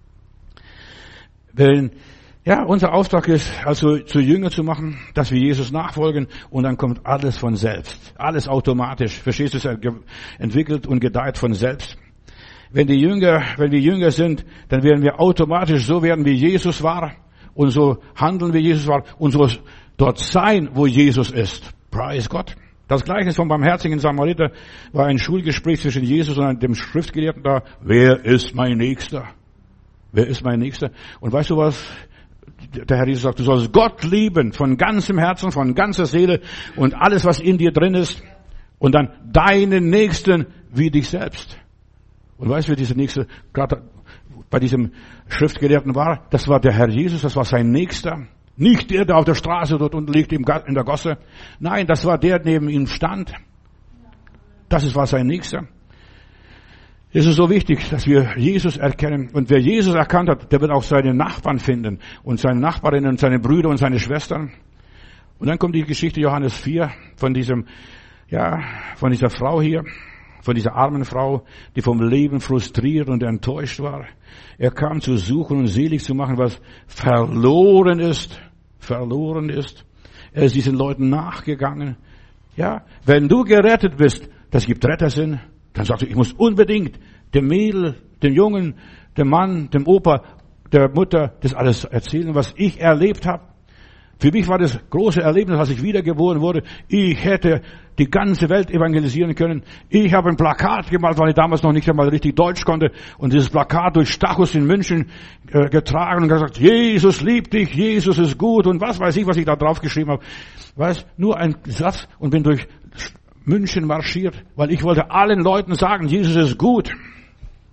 Unser Auftrag ist, also zu Jünger zu machen, dass wir Jesus nachfolgen und dann kommt alles von selbst. Alles automatisch. Verstehst du? Es entwickelt und gedeiht von selbst. Wenn wir Jünger sind, dann werden wir automatisch so werden, wie Jesus war und so handeln, wie Jesus war und so dort sein, wo Jesus ist. Preis Gott. Das Gleiche vom barmherzigen Samariter war ein Schulgespräch zwischen Jesus und dem Schriftgelehrten da. Wer ist mein Nächster? Wer ist mein Nächster? Und weißt du was? Der Herr Jesus sagt, du sollst Gott lieben von ganzem Herzen, von ganzer Seele und alles, was in dir drin ist. Und dann deinen Nächsten wie dich selbst. Und weißt du, wer dieser Nächste gerade bei diesem Schriftgelehrten war? Das war der Herr Jesus, das war sein Nächster. Nicht der auf der Straße dort unten liegt in der Gosse. Nein, das war der, der neben ihm stand. Das war sein Nächster. Es ist so wichtig, dass wir Jesus erkennen. Und wer Jesus erkannt hat, der wird auch seine Nachbarn finden. Und seine Nachbarinnen und seine Brüder und seine Schwestern. Und dann kommt die Geschichte Johannes 4 von dieser Frau hier. Von dieser armen Frau, die vom Leben frustriert und enttäuscht war. Er kam zu suchen und selig zu machen, was verloren ist. Verloren ist. Er ist diesen Leuten nachgegangen. Ja, wenn du gerettet bist, das gibt Rettersinn. Dann sagst du, ich muss unbedingt dem Mädel, dem Jungen, dem Mann, dem Opa, der Mutter das alles erzählen, was ich erlebt habe. Für mich war das große Erlebnis, als ich wiedergeboren wurde. Ich hätte die ganze Welt evangelisieren können. Ich habe ein Plakat gemalt, weil ich damals noch nicht einmal richtig Deutsch konnte. Und dieses Plakat durch Stachus in München getragen und gesagt, Jesus liebt dich, Jesus ist gut und was weiß ich, was ich da drauf geschrieben habe. Weißt, nur ein Satz und bin durch München marschiert, weil ich wollte allen Leuten sagen, Jesus ist gut.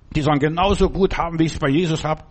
Die sollen genauso gut haben, wie ich es bei Jesus habe.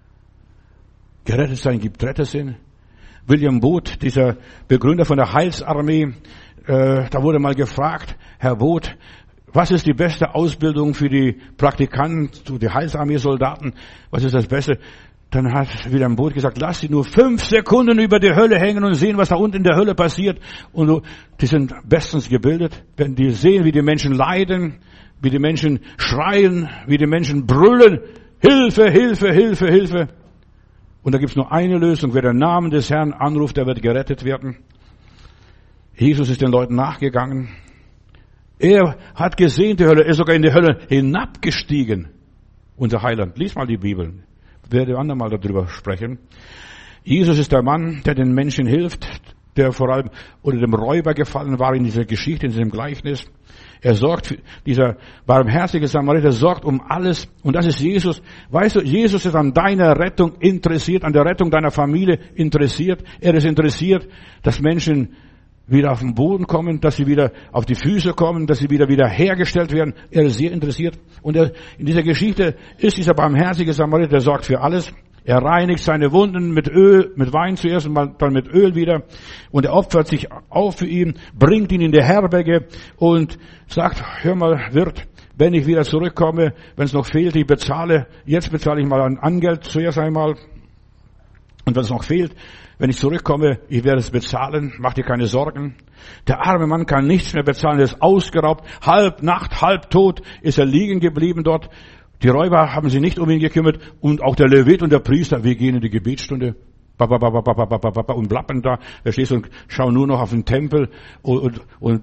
Gerettet sein gibt Rettersinn. William Booth, dieser Begründer von der Heilsarmee, da wurde mal gefragt, Herr Booth, was ist die beste Ausbildung für die Praktikanten, die Heilsarmee-Soldaten? Was ist das Beste? Dann hat William Booth gesagt, lass sie nur 5 Sekunden über die Hölle hängen und sehen, was da unten in der Hölle passiert. Und die sind bestens gebildet. Wenn die sehen, wie die Menschen leiden, wie die Menschen schreien, wie die Menschen brüllen, Hilfe, Hilfe, Hilfe, Hilfe. Und da gibt's nur eine Lösung. Wer den Namen des Herrn anruft, der wird gerettet werden. Jesus ist den Leuten nachgegangen. Er hat gesehen die Hölle. Er ist sogar in die Hölle hinabgestiegen. Unser Heiland. Lies mal die Bibel. Ich werde andermal darüber sprechen. Jesus ist der Mann, der den Menschen hilft, der vor allem unter dem Räuber gefallen war in dieser Geschichte, in diesem Gleichnis. Er sorgt, dieser barmherzige Samariter sorgt um alles. Und das ist Jesus. Weißt du, Jesus ist an deiner Rettung interessiert, an der Rettung deiner Familie interessiert. Er ist interessiert, dass Menschen wieder auf den Boden kommen, dass sie wieder auf die Füße kommen, dass sie wieder hergestellt werden. Er ist sehr interessiert. Und in dieser Geschichte ist dieser barmherzige Samariter, der sorgt für alles. Er reinigt seine Wunden mit Öl, mit Wein zuerst und dann mit Öl wieder. Und er opfert sich auf für ihn, bringt ihn in die Herberge und sagt, hör mal, Wirt, wenn ich wieder zurückkomme, wenn es noch fehlt, jetzt bezahle ich mal ein Angeld zuerst einmal. Und wenn es noch fehlt, wenn ich zurückkomme, ich werde es bezahlen, mach dir keine Sorgen. Der arme Mann kann nichts mehr bezahlen, er ist ausgeraubt, halb Nacht, halb tot ist er liegen geblieben dort. Die Räuber haben sich nicht um ihn gekümmert und auch der Levit und der Priester, wir gehen in die Gebetsstunde und blappen da, verstehst du, und schauen nur noch auf den Tempel und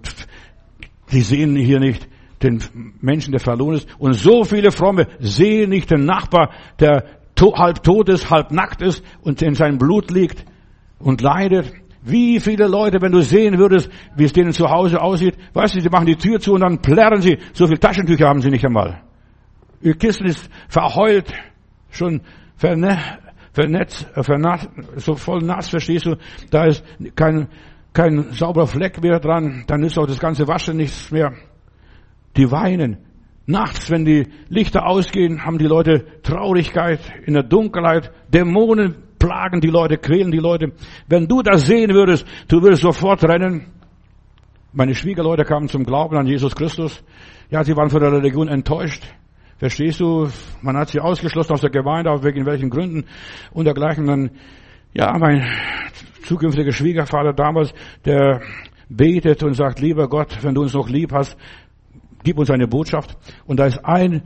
die sehen hier nicht den Menschen, der verloren ist. Und so viele Fromme sehen nicht den Nachbar, der halb tot ist, halb nackt ist und in seinem Blut liegt und leidet. Wie viele Leute, wenn du sehen würdest, wie es denen zu Hause aussieht, weißt du, sie machen die Tür zu und dann plärren sie, so viele Taschentücher haben sie nicht einmal. Ihr Kissen ist verheult, schon so voll nass, verstehst du? Da ist kein sauberer Fleck mehr dran, dann ist auch das ganze Waschen nichts mehr. Die weinen. Nachts, wenn die Lichter ausgehen, haben die Leute Traurigkeit in der Dunkelheit. Dämonen plagen die Leute, quälen die Leute. Wenn du das sehen würdest, du würdest sofort rennen. Meine Schwiegerleute kamen zum Glauben an Jesus Christus. Ja, sie waren von der Religion enttäuscht. Verstehst du? Man hat sie ausgeschlossen aus der Gemeinde, auf wegen welchen Gründen und dergleichen. Dann, ja, mein zukünftiger Schwiegervater damals, der betet und sagt, lieber Gott, wenn du uns noch lieb hast, gib uns eine Botschaft. Und da ist ein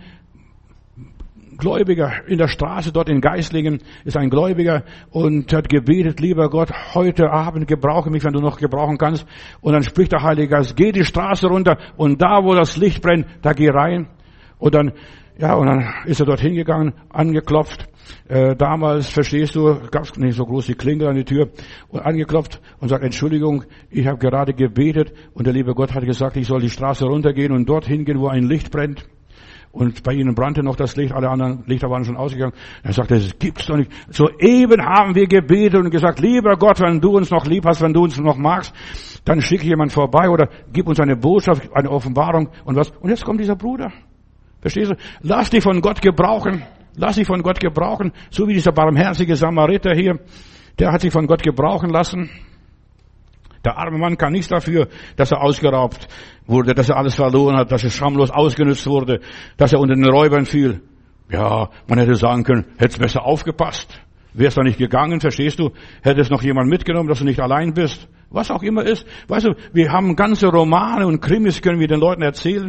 Gläubiger in der Straße dort in Geislingen, ist ein Gläubiger und hat gebetet, lieber Gott, heute Abend gebrauche mich, wenn du noch gebrauchen kannst. Und dann spricht der Heilige Geist, geh die Straße runter und da, wo das Licht brennt, da geh rein. Und dann ist er dort hingegangen, angeklopft. Damals, verstehst du, gab es nicht so groß die Klingel an die Tür und angeklopft und sagt, Entschuldigung, ich habe gerade gebetet und der liebe Gott hat gesagt, ich soll die Straße runtergehen und dort hingehen, wo ein Licht brennt. Und bei ihnen brannte noch das Licht, alle anderen Lichter waren schon ausgegangen. Er sagte, das gibt's doch nicht. Soeben haben wir gebetet und gesagt, lieber Gott, wenn du uns noch lieb hast, wenn du uns noch magst, dann schicke jemand vorbei oder gib uns eine Botschaft, eine Offenbarung und was. Und jetzt kommt dieser Bruder. Verstehst du? Lass dich von Gott gebrauchen. Lass dich von Gott gebrauchen. So wie dieser barmherzige Samariter hier. Der hat sich von Gott gebrauchen lassen. Der arme Mann kann nichts dafür, dass er ausgeraubt wurde, dass er alles verloren hat, dass er schamlos ausgenutzt wurde, dass er unter den Räubern fiel. Ja, man hätte sagen können, hättest besser aufgepasst. Wärst da nicht gegangen, verstehst du? Hättest noch jemand mitgenommen, dass du nicht allein bist. Was auch immer ist. Weißt du, wir haben ganze Romane und Krimis, können wir den Leuten erzählen.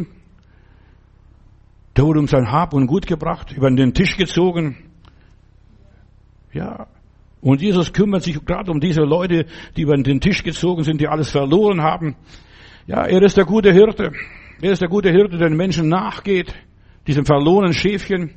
Der wurde um sein Hab und Gut gebracht, über den Tisch gezogen. Ja. Und Jesus kümmert sich gerade um diese Leute, die über den Tisch gezogen sind, die alles verloren haben. Ja, er ist der gute Hirte. Er ist der gute Hirte, der den Menschen nachgeht, diesem verlorenen Schäfchen.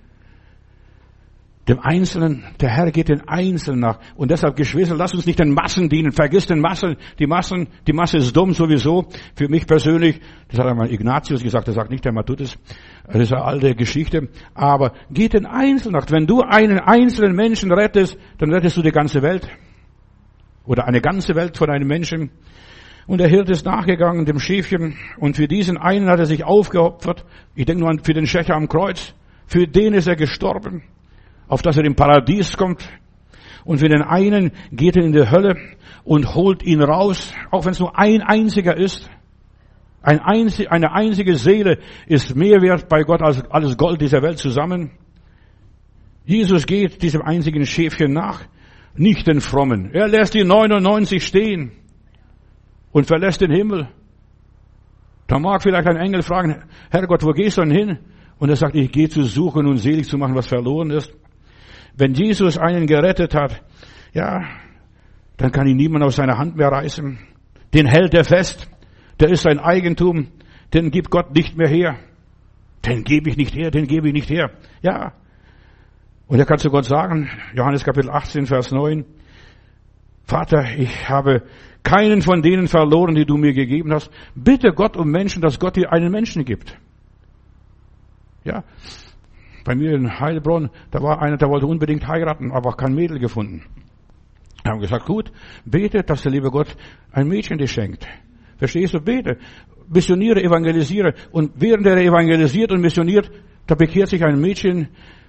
Dem Einzelnen, der Herr geht den Einzelnen nach. Und deshalb, Geschwister, lasst uns nicht den Massen dienen. Vergiss den Massen. Die Masse ist dumm sowieso. Für mich persönlich, das hat einmal Ignatius gesagt, das sagt nicht der Matthäus. Das ist eine alte Geschichte. Aber geht den Einzelnen nach. Wenn du einen einzelnen Menschen rettest, dann rettest du die ganze Welt. Oder eine ganze Welt von einem Menschen. Und der Hirte ist nachgegangen, dem Schäfchen. Und für diesen einen hat er sich aufgeopfert. Ich denke nur an für den Schächer am Kreuz. Für den ist er gestorben, auf dass er im Paradies kommt. Und für den einen geht er in die Hölle und holt ihn raus, auch wenn es nur ein einziger ist. Eine einzige Seele ist mehr wert bei Gott als alles Gold dieser Welt zusammen. Jesus geht diesem einzigen Schäfchen nach, nicht den Frommen. Er lässt die 99 stehen und verlässt den Himmel. Da mag vielleicht ein Engel fragen, Herrgott, wo gehst du denn hin? Und er sagt, ich gehe zu suchen und selig zu machen, was verloren ist. Wenn Jesus einen gerettet hat, ja, dann kann ihn niemand aus seiner Hand mehr reißen. Den hält er fest. Der ist sein Eigentum. Den gibt Gott nicht mehr her. Den gebe ich nicht her, den gebe ich nicht her. Ja. Und er kann zu Gott sagen, Johannes Kapitel 18, Vers 9, Vater, ich habe keinen von denen verloren, die du mir gegeben hast. Bitte Gott um Menschen, dass Gott dir einen Menschen gibt. Ja. Bei mir in Heilbronn, da war einer, der wollte unbedingt heiraten, aber kein Mädel gefunden. Wir haben gesagt, gut, bete, dass der liebe Gott ein Mädchen dir schenkt. Verstehst du? Bete, missioniere, evangelisiere. Und während er evangelisiert und missioniert, da bekehrt sich ein Mädchen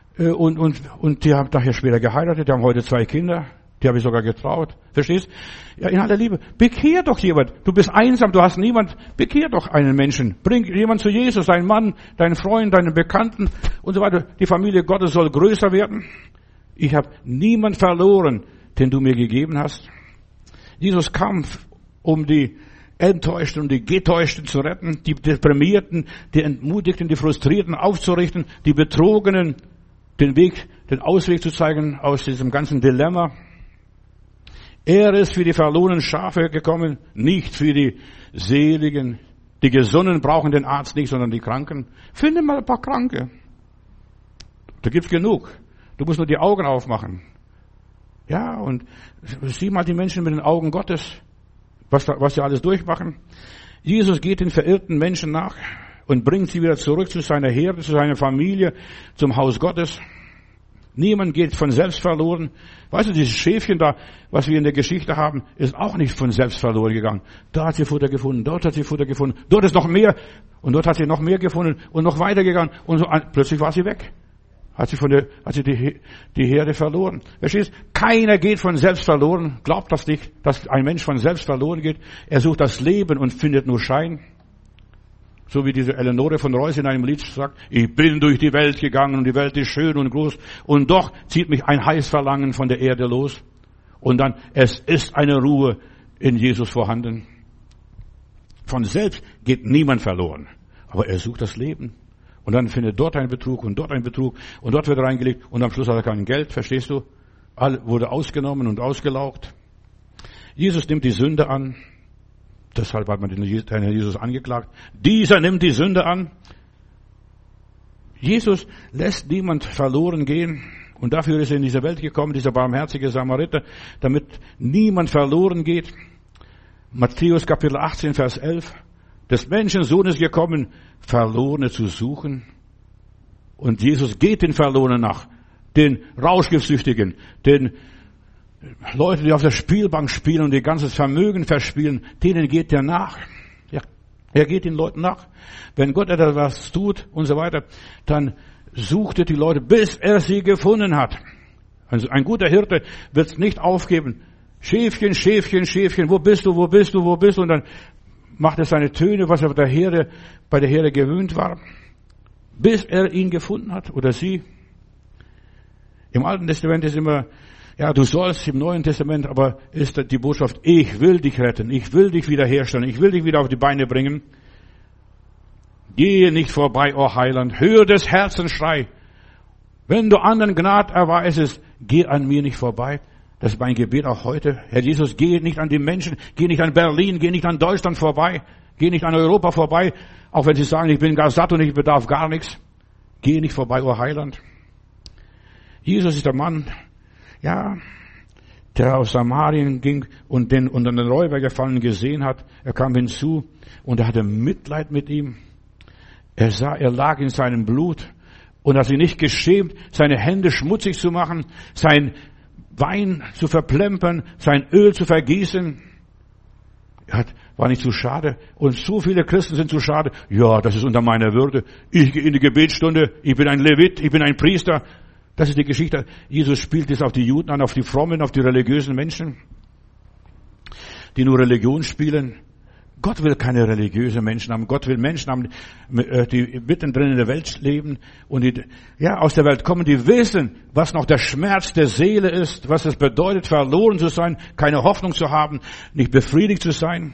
und die haben nachher später geheiratet, die haben heute 2 Kinder. Die habe ich sogar getraut. Verstehst? Ja, in aller Liebe. Bekehr doch jemand. Du bist einsam, du hast niemand. Bekehr doch einen Menschen. Bring jemand zu Jesus, deinen Mann, deinen Freund, deinen Bekannten und so weiter. Die Familie Gottes soll größer werden. Ich habe niemand verloren, den du mir gegeben hast. Jesus kam, um die Enttäuschten und die Getäuschten zu retten, die Deprimierten, die Entmutigten, die Frustrierten aufzurichten, die Betrogenen, den Ausweg zu zeigen aus diesem ganzen Dilemma. Er ist für die verlorenen Schafe gekommen, nicht für die Seligen. Die Gesunden brauchen den Arzt nicht, sondern die Kranken. Finde mal ein paar Kranke. Da gibt's genug. Du musst nur die Augen aufmachen. Ja, und sieh mal die Menschen mit den Augen Gottes, was sie alles durchmachen. Jesus geht den verirrten Menschen nach und bringt sie wieder zurück zu seiner Herde, zu seiner Familie, zum Haus Gottes. Niemand geht von selbst verloren. Weißt du, dieses Schäfchen da, was wir in der Geschichte haben, ist auch nicht von selbst verloren gegangen. Da hat sie Futter gefunden, dort hat sie Futter gefunden, dort ist noch mehr und dort hat sie noch mehr gefunden und noch weitergegangen und so, plötzlich war sie weg. Hat sie die Herde verloren. Verstehst? Keiner geht von selbst verloren. Glaubt das nicht, dass ein Mensch von selbst verloren geht. Er sucht das Leben und findet nur Schein. So wie diese Eleonore von Reuss in einem Lied sagt, ich bin durch die Welt gegangen und die Welt ist schön und groß und doch zieht mich ein Heißverlangen von der Erde los. Und dann, es ist eine Ruhe in Jesus vorhanden. Von selbst geht niemand verloren, aber er sucht das Leben. Und dann findet dort ein Betrug und dort ein Betrug und dort wird er reingelegt und am Schluss hat er kein Geld, verstehst du? Wurde ausgenommen und ausgelaugt. Jesus nimmt die Sünde an. Deshalb hat man den Herrn Jesus angeklagt. Dieser nimmt die Sünde an. Jesus lässt niemand verloren gehen. Und dafür ist er in diese Welt gekommen, dieser barmherzige Samariter, damit niemand verloren geht. Matthäus Kapitel 18, Vers 11. Des Menschensohn ist gekommen, Verlorene zu suchen. Und Jesus geht den Verlorenen nach. Den Rauschgiftsüchtigen, den Leute, die auf der Spielbank spielen und ihr ganzes Vermögen verspielen, denen geht er nach. Ja, er geht den Leuten nach. Wenn Gott etwas tut und so weiter, dann sucht er die Leute, bis er sie gefunden hat. Also ein guter Hirte wird es nicht aufgeben. Schäfchen, Schäfchen, Schäfchen, wo bist du, wo bist du, wo bist du? Und dann macht er seine Töne, was er bei der Herde gewöhnt war, bis er ihn gefunden hat oder sie. Im Alten Testament ist immer, ja, du sollst, im Neuen Testament aber ist die Botschaft, ich will dich retten, ich will dich wiederherstellen, ich will dich wieder auf die Beine bringen. Gehe nicht vorbei, o Heiland, höre des Herzens Schrei. Wenn du anderen Gnade erweisest, geh an mir nicht vorbei. Das ist mein Gebet auch heute. Herr Jesus, geh nicht an die Menschen, geh nicht an Berlin, geh nicht an Deutschland vorbei, geh nicht an Europa vorbei, auch wenn sie sagen, ich bin gar satt und ich bedarf gar nichts. Geh nicht vorbei, o Heiland. Jesus ist der Mann, ja, der aus Samarien ging und den unter den Räuber gefallen gesehen hat. Er kam hinzu und er hatte Mitleid mit ihm. Er sah, er lag in seinem Blut und hat sich nicht geschämt, seine Hände schmutzig zu machen, sein Wein zu verplempern, sein Öl zu vergießen. War nicht zu schade. Und so viele Christen sind zu schade. Ja, das ist unter meiner Würde. Ich gehe in die Gebetsstunde. Ich bin ein Levit. Ich bin ein Priester. Das ist die Geschichte. Jesus spielt es auf die Juden an, auf die Frommen, auf die religiösen Menschen, die nur Religion spielen. Gott will keine religiösen Menschen haben. Gott will Menschen haben, die mittendrin in der Welt leben und die, aus der Welt kommen, die wissen, was noch der Schmerz der Seele ist, was es bedeutet, verloren zu sein, keine Hoffnung zu haben, nicht befriedigt zu sein.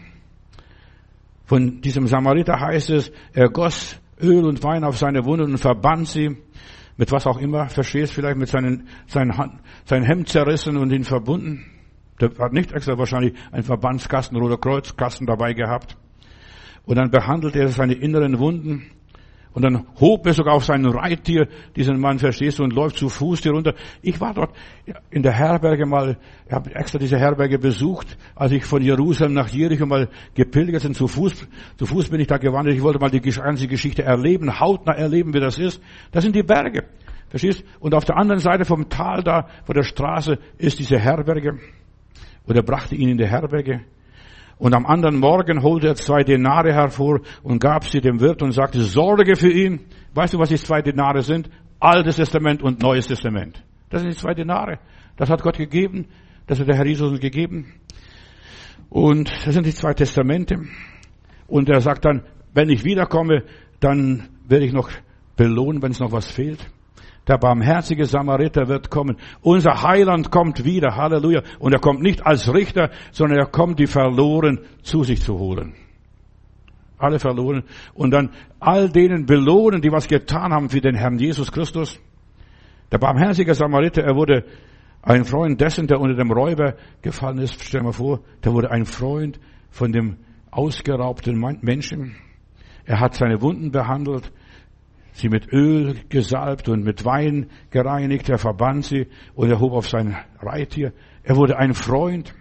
Von diesem Samariter heißt es, er goss Öl und Wein auf seine Wunden und verband sie, mit was auch immer, verstehst vielleicht mit sein Hemd zerrissen und ihn verbunden. Der hat nicht extra wahrscheinlich einen Verbandskasten oder Kreuzkasten dabei gehabt. Und dann behandelt er seine inneren Wunden. Und dann hob er sogar auf sein Reittier diesen Mann, verstehst du, und läuft zu Fuß hier runter. Ich war dort in der Herberge mal, ich habe extra diese Herberge besucht, als ich von Jerusalem nach Jericho mal gepilgert bin. Zu Fuß bin ich da gewandert. Ich wollte mal die ganze Geschichte erleben, hautnah erleben, wie das ist. Das sind die Berge, verstehst? Und auf der anderen Seite vom Tal da, vor der Straße, ist diese Herberge. Und er brachte ihn in die Herberge. Und am anderen Morgen holte er 2 Denare hervor und gab sie dem Wirt und sagte, sorge für ihn. Weißt du, was die 2 Denare sind? Altes Testament und Neues Testament. Das sind die 2 Denare. Das hat Gott gegeben. Das hat der Herr Jesus uns gegeben. Und das sind die 2 Testamente. Und er sagt dann, wenn ich wiederkomme, dann werde ich noch belohnen, wenn es noch was fehlt. Der barmherzige Samariter wird kommen. Unser Heiland kommt wieder. Halleluja. Und er kommt nicht als Richter, sondern er kommt, die Verloren zu sich zu holen. Alle verloren. Und dann all denen belohnen, die was getan haben für den Herrn Jesus Christus. Der barmherzige Samariter, er wurde ein Freund dessen, der unter dem Räuber gefallen ist. Stell dir mal vor, der wurde ein Freund von dem ausgeraubten Menschen. Er hat seine Wunden behandelt, sie mit Öl gesalbt und mit Wein gereinigt. Er verband sie und er hob auf sein Reittier. Er wurde ein Freund.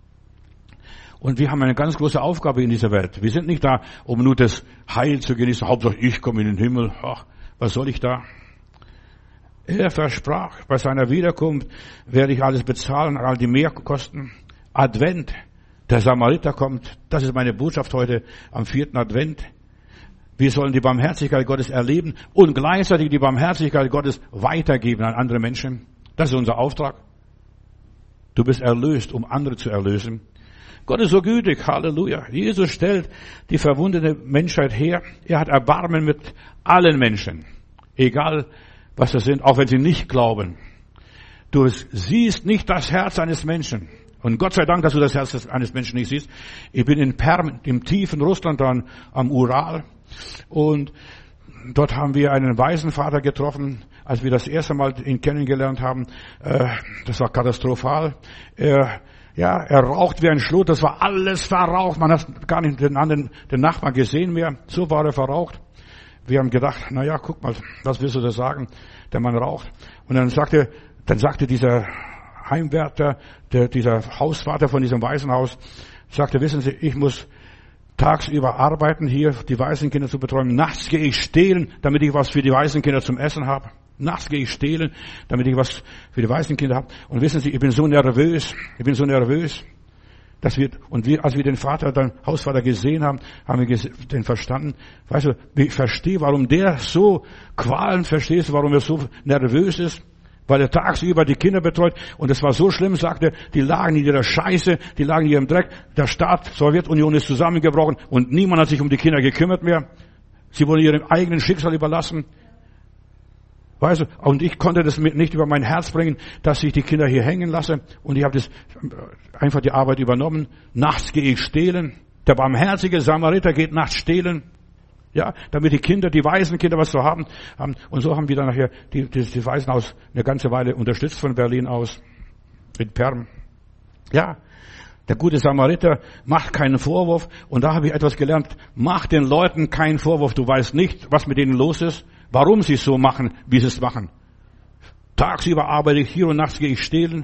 Und wir haben eine ganz große Aufgabe in dieser Welt. Wir sind nicht da, um nur das Heil zu genießen. Hauptsache, ich komme in den Himmel. Ach, was soll ich da? Er versprach, bei seiner Wiederkunft werde ich alles bezahlen, all die Mehrkosten. Advent, der Samariter kommt. Das ist meine Botschaft heute am 4. Advent. Wir sollen die Barmherzigkeit Gottes erleben und gleichzeitig die Barmherzigkeit Gottes weitergeben an andere Menschen. Das ist unser Auftrag. Du bist erlöst, um andere zu erlösen. Gott ist so gütig, Halleluja. Jesus stellt die verwundete Menschheit her. Er hat Erbarmen mit allen Menschen. Egal, was sie sind, auch wenn sie nicht glauben. Du siehst nicht das Herz eines Menschen. Und Gott sei Dank, dass du das Herz eines Menschen nicht siehst. Ich bin in Perm, im tiefen Russland am Ural. Und dort haben wir einen Waisenvater getroffen, als wir das erste Mal ihn kennengelernt haben. Das war katastrophal. Er raucht wie ein Schlot. Das war alles verraucht. Man hat gar nicht den Nachbarn gesehen mehr. So war er verraucht. Wir haben gedacht, guck mal, was willst du da sagen? Der Mann raucht. Und dann sagte dieser Heimwärter, dieser Hausvater von diesem Waisenhaus, sagte, wissen Sie, ich muss tagsüber arbeiten, hier die Waisenkinder zu betreuen. Nachts gehe ich stehlen, damit ich was für die Waisenkinder zum Essen habe. Nachts gehe ich stehlen, damit ich was für die Waisenkinder habe. Und wissen Sie, ich bin so nervös, als wir den Hausvater gesehen haben, haben wir den verstanden. Weißt du, ich verstehe, warum der so Qualen verstehst, warum er so nervös ist. Weil er tagsüber die Kinder betreut. Und es war so schlimm, sagte er, die lagen in ihrer Scheiße, die lagen in ihrem Dreck. Der Staat, Sowjetunion ist zusammengebrochen und niemand hat sich um die Kinder gekümmert mehr. Sie wurden ihrem eigenen Schicksal überlassen. Weißt du, und ich konnte das nicht über mein Herz bringen, dass ich die Kinder hier hängen lasse. Und ich habe das einfach die Arbeit übernommen. Nachts gehe ich stehlen. Der barmherzige Samariter geht nachts stehlen. Ja, damit die Kinder, die Waisenkinder was zu haben. Und so haben wir dann nachher die Waisenhaus eine ganze Weile unterstützt von Berlin aus. Mit Perm. Ja, der gute Samariter macht keinen Vorwurf. Und da habe ich etwas gelernt. Mach den Leuten keinen Vorwurf. Du weißt nicht, was mit denen los ist. Warum sie es so machen, wie sie es machen. Tagsüber arbeite ich hier und nachts gehe ich stehlen.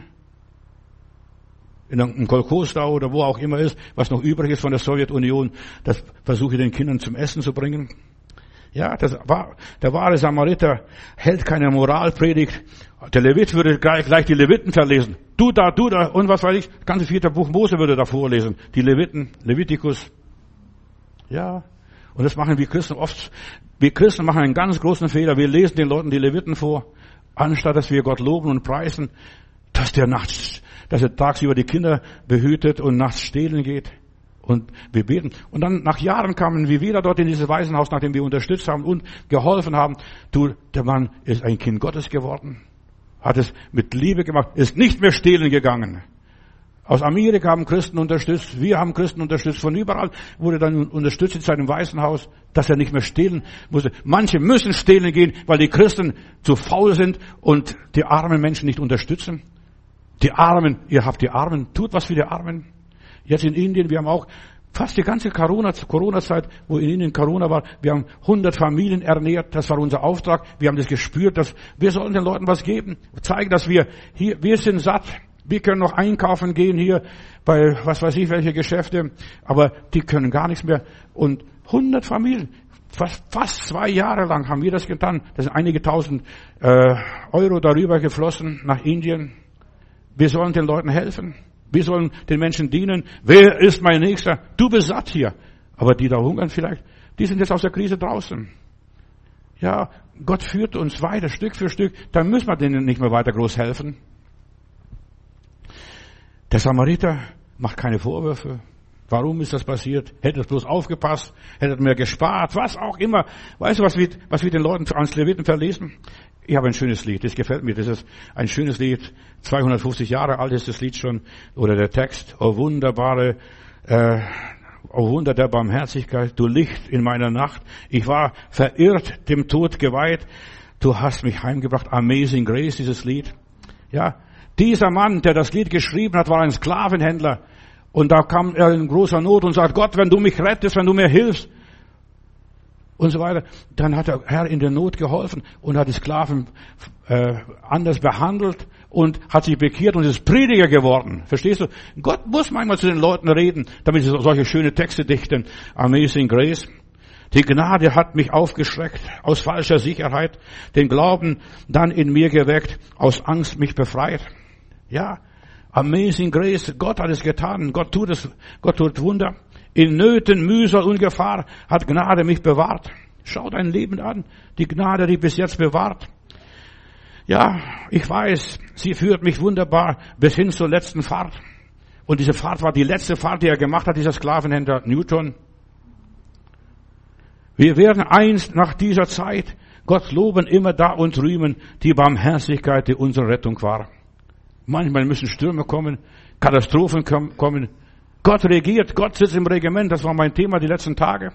In Kolchosdau oder wo auch immer ist, was noch übrig ist von der Sowjetunion, das versuche ich den Kindern zum Essen zu bringen. Ja, der wahre Samariter hält keine Moralpredigt. Der Levit würde gleich die Leviten verlesen. Du da, und was weiß ich, das ganze 4. Buch Mose würde da vorlesen. Die Leviten, Levitikus. Ja, und das machen wir Christen oft. Wir Christen machen einen ganz großen Fehler. Wir lesen den Leuten die Leviten vor, anstatt dass wir Gott loben und preisen, dass er tagsüber die Kinder behütet und nachts stehlen geht. Und wir beten. Und dann nach Jahren kamen wir wieder dort in dieses Waisenhaus, nachdem wir unterstützt haben und geholfen haben. Der Mann ist ein Kind Gottes geworden. Hat es mit Liebe gemacht, ist nicht mehr stehlen gegangen. Aus Amerika haben Christen unterstützt, wir haben Christen unterstützt, von überall wurde dann unterstützt in seinem Waisenhaus, dass er nicht mehr stehlen musste. Manche müssen stehlen gehen, weil die Christen zu faul sind und die armen Menschen nicht unterstützen. Die Armen, ihr habt die Armen, tut was für die Armen. Jetzt in Indien, wir haben auch fast die ganze Corona-Zeit, wo in Indien Corona war, wir haben 100 Familien ernährt, das war unser Auftrag. Wir haben das gespürt, dass wir sollen den Leuten was geben, zeigen, dass wir sind satt. Wir können noch einkaufen gehen hier bei, was weiß ich, welche Geschäfte, aber die können gar nichts mehr. Und 100 Familien, fast 2 Jahre lang haben wir das getan. Da sind einige tausend Euro darüber geflossen nach Indien. Wir sollen den Leuten helfen. Wir sollen den Menschen dienen. Wer ist mein Nächster? Du bist satt hier. Aber die da hungern vielleicht, die sind jetzt aus der Krise draußen. Ja, Gott führt uns weiter, Stück für Stück. Da müssen wir denen nicht mehr weiter groß helfen. Der Samariter macht keine Vorwürfe. Warum ist das passiert? Hätte es bloß aufgepasst, hätte mehr gespart, was auch immer. Weißt du, was wir den Leuten ans Leviten verlesen? Ich habe ein schönes Lied, das gefällt mir. Das ist ein schönes Lied, 250 Jahre alt ist das Lied schon, oder der Text. O Wunder der Barmherzigkeit, du Licht in meiner Nacht. Ich war verirrt, dem Tod geweiht. Du hast mich heimgebracht. Amazing Grace, dieses Lied. Ja, dieser Mann, der das Lied geschrieben hat, war ein Sklavenhändler. Und da kam er in großer Not und sagt, Gott, wenn du mich rettest, wenn du mir hilfst, und so weiter. Dann hat der Herr in der Not geholfen und hat die Sklaven anders behandelt und hat sich bekehrt und ist Prediger geworden. Verstehst du? Gott muss manchmal zu den Leuten reden, damit sie solche schöne Texte dichten. Amazing Grace. Die Gnade hat mich aufgeschreckt aus falscher Sicherheit, den Glauben dann in mir geweckt, aus Angst mich befreit. Ja, Amazing Grace, Gott hat es getan, Gott tut Wunder. In Nöten, Mühsal und Gefahr hat Gnade mich bewahrt. Schau dein Leben an, die Gnade, die bis jetzt bewahrt. Ja, ich weiß, sie führt mich wunderbar bis hin zur letzten Fahrt. Und diese Fahrt war die letzte Fahrt, die er gemacht hat, dieser Sklavenhändler Newton. Wir werden einst nach dieser Zeit Gott loben, immer da und rühmen, die Barmherzigkeit, die unsere Rettung war. Manchmal müssen Stürme kommen, Katastrophen kommen. Gott regiert, Gott sitzt im Regiment, das war mein Thema die letzten Tage.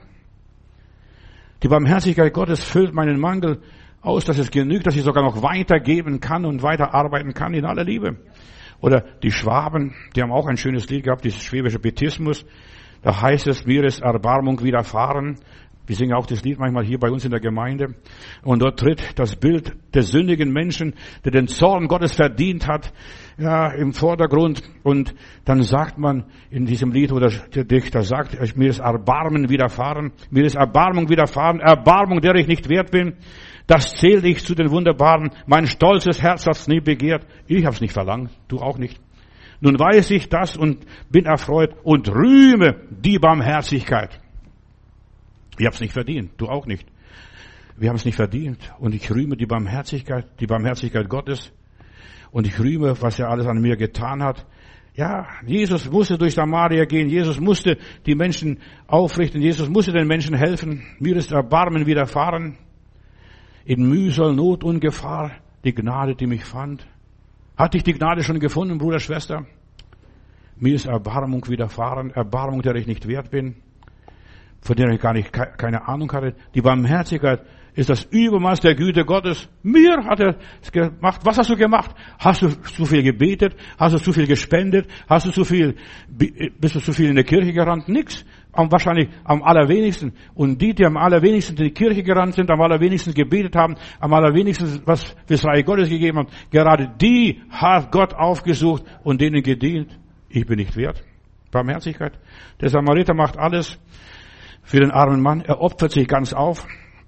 Die Barmherzigkeit Gottes füllt meinen Mangel aus, dass es genügt, dass ich sogar noch weitergeben kann und weiterarbeiten kann in aller Liebe. Oder die Schwaben, die haben auch ein schönes Lied gehabt, dieses schwäbische Pietismus. Da heißt es, mir ist Erbarmung widerfahren. Wir singen auch das Lied manchmal hier bei uns in der Gemeinde. Und dort tritt das Bild des sündigen Menschen, der den Zorn Gottes verdient hat, ja, im Vordergrund. Und dann sagt man in diesem Lied, oder der Dichter sagt, mir ist Erbarmen widerfahren, mir ist Erbarmung widerfahren, Erbarmung, der ich nicht wert bin. Das zähle ich zu den Wunderbaren. Mein stolzes Herz hat's nie begehrt. Ich hab's nicht verlangt, du auch nicht. Nun weiß ich das und bin erfreut und rühme die Barmherzigkeit. Ich hab's nicht verdient, du auch nicht. Wir haben es nicht verdient. Und ich rühme die Barmherzigkeit Gottes. Und ich rühme, was er alles an mir getan hat. Ja, Jesus musste durch Samaria gehen. Jesus musste die Menschen aufrichten. Jesus musste den Menschen helfen. Mir ist Erbarmen widerfahren. In Mühsal, Not und Gefahr. Die Gnade, die mich fand. Hat dich die Gnade schon gefunden, Bruder, Schwester? Mir ist Erbarmung widerfahren. Erbarmung, der ich nicht wert bin. Von der ich keine Ahnung hatte. Die Barmherzigkeit ist das Übermaß der Güte Gottes. Mir hat er es gemacht. Was hast du gemacht? Hast du zu viel gebetet? Hast du zu viel gespendet? Bist du zu viel in der Kirche gerannt? Nix. Wahrscheinlich am allerwenigsten. Und die am allerwenigsten in die Kirche gerannt sind, am allerwenigsten gebetet haben, am allerwenigsten was fürs Reich Gottes gegeben haben, gerade die hat Gott aufgesucht und denen gedient. Ich bin nicht wert. Barmherzigkeit. Der Samariter macht alles für den armen Mann. Er opfert sich ganz auf.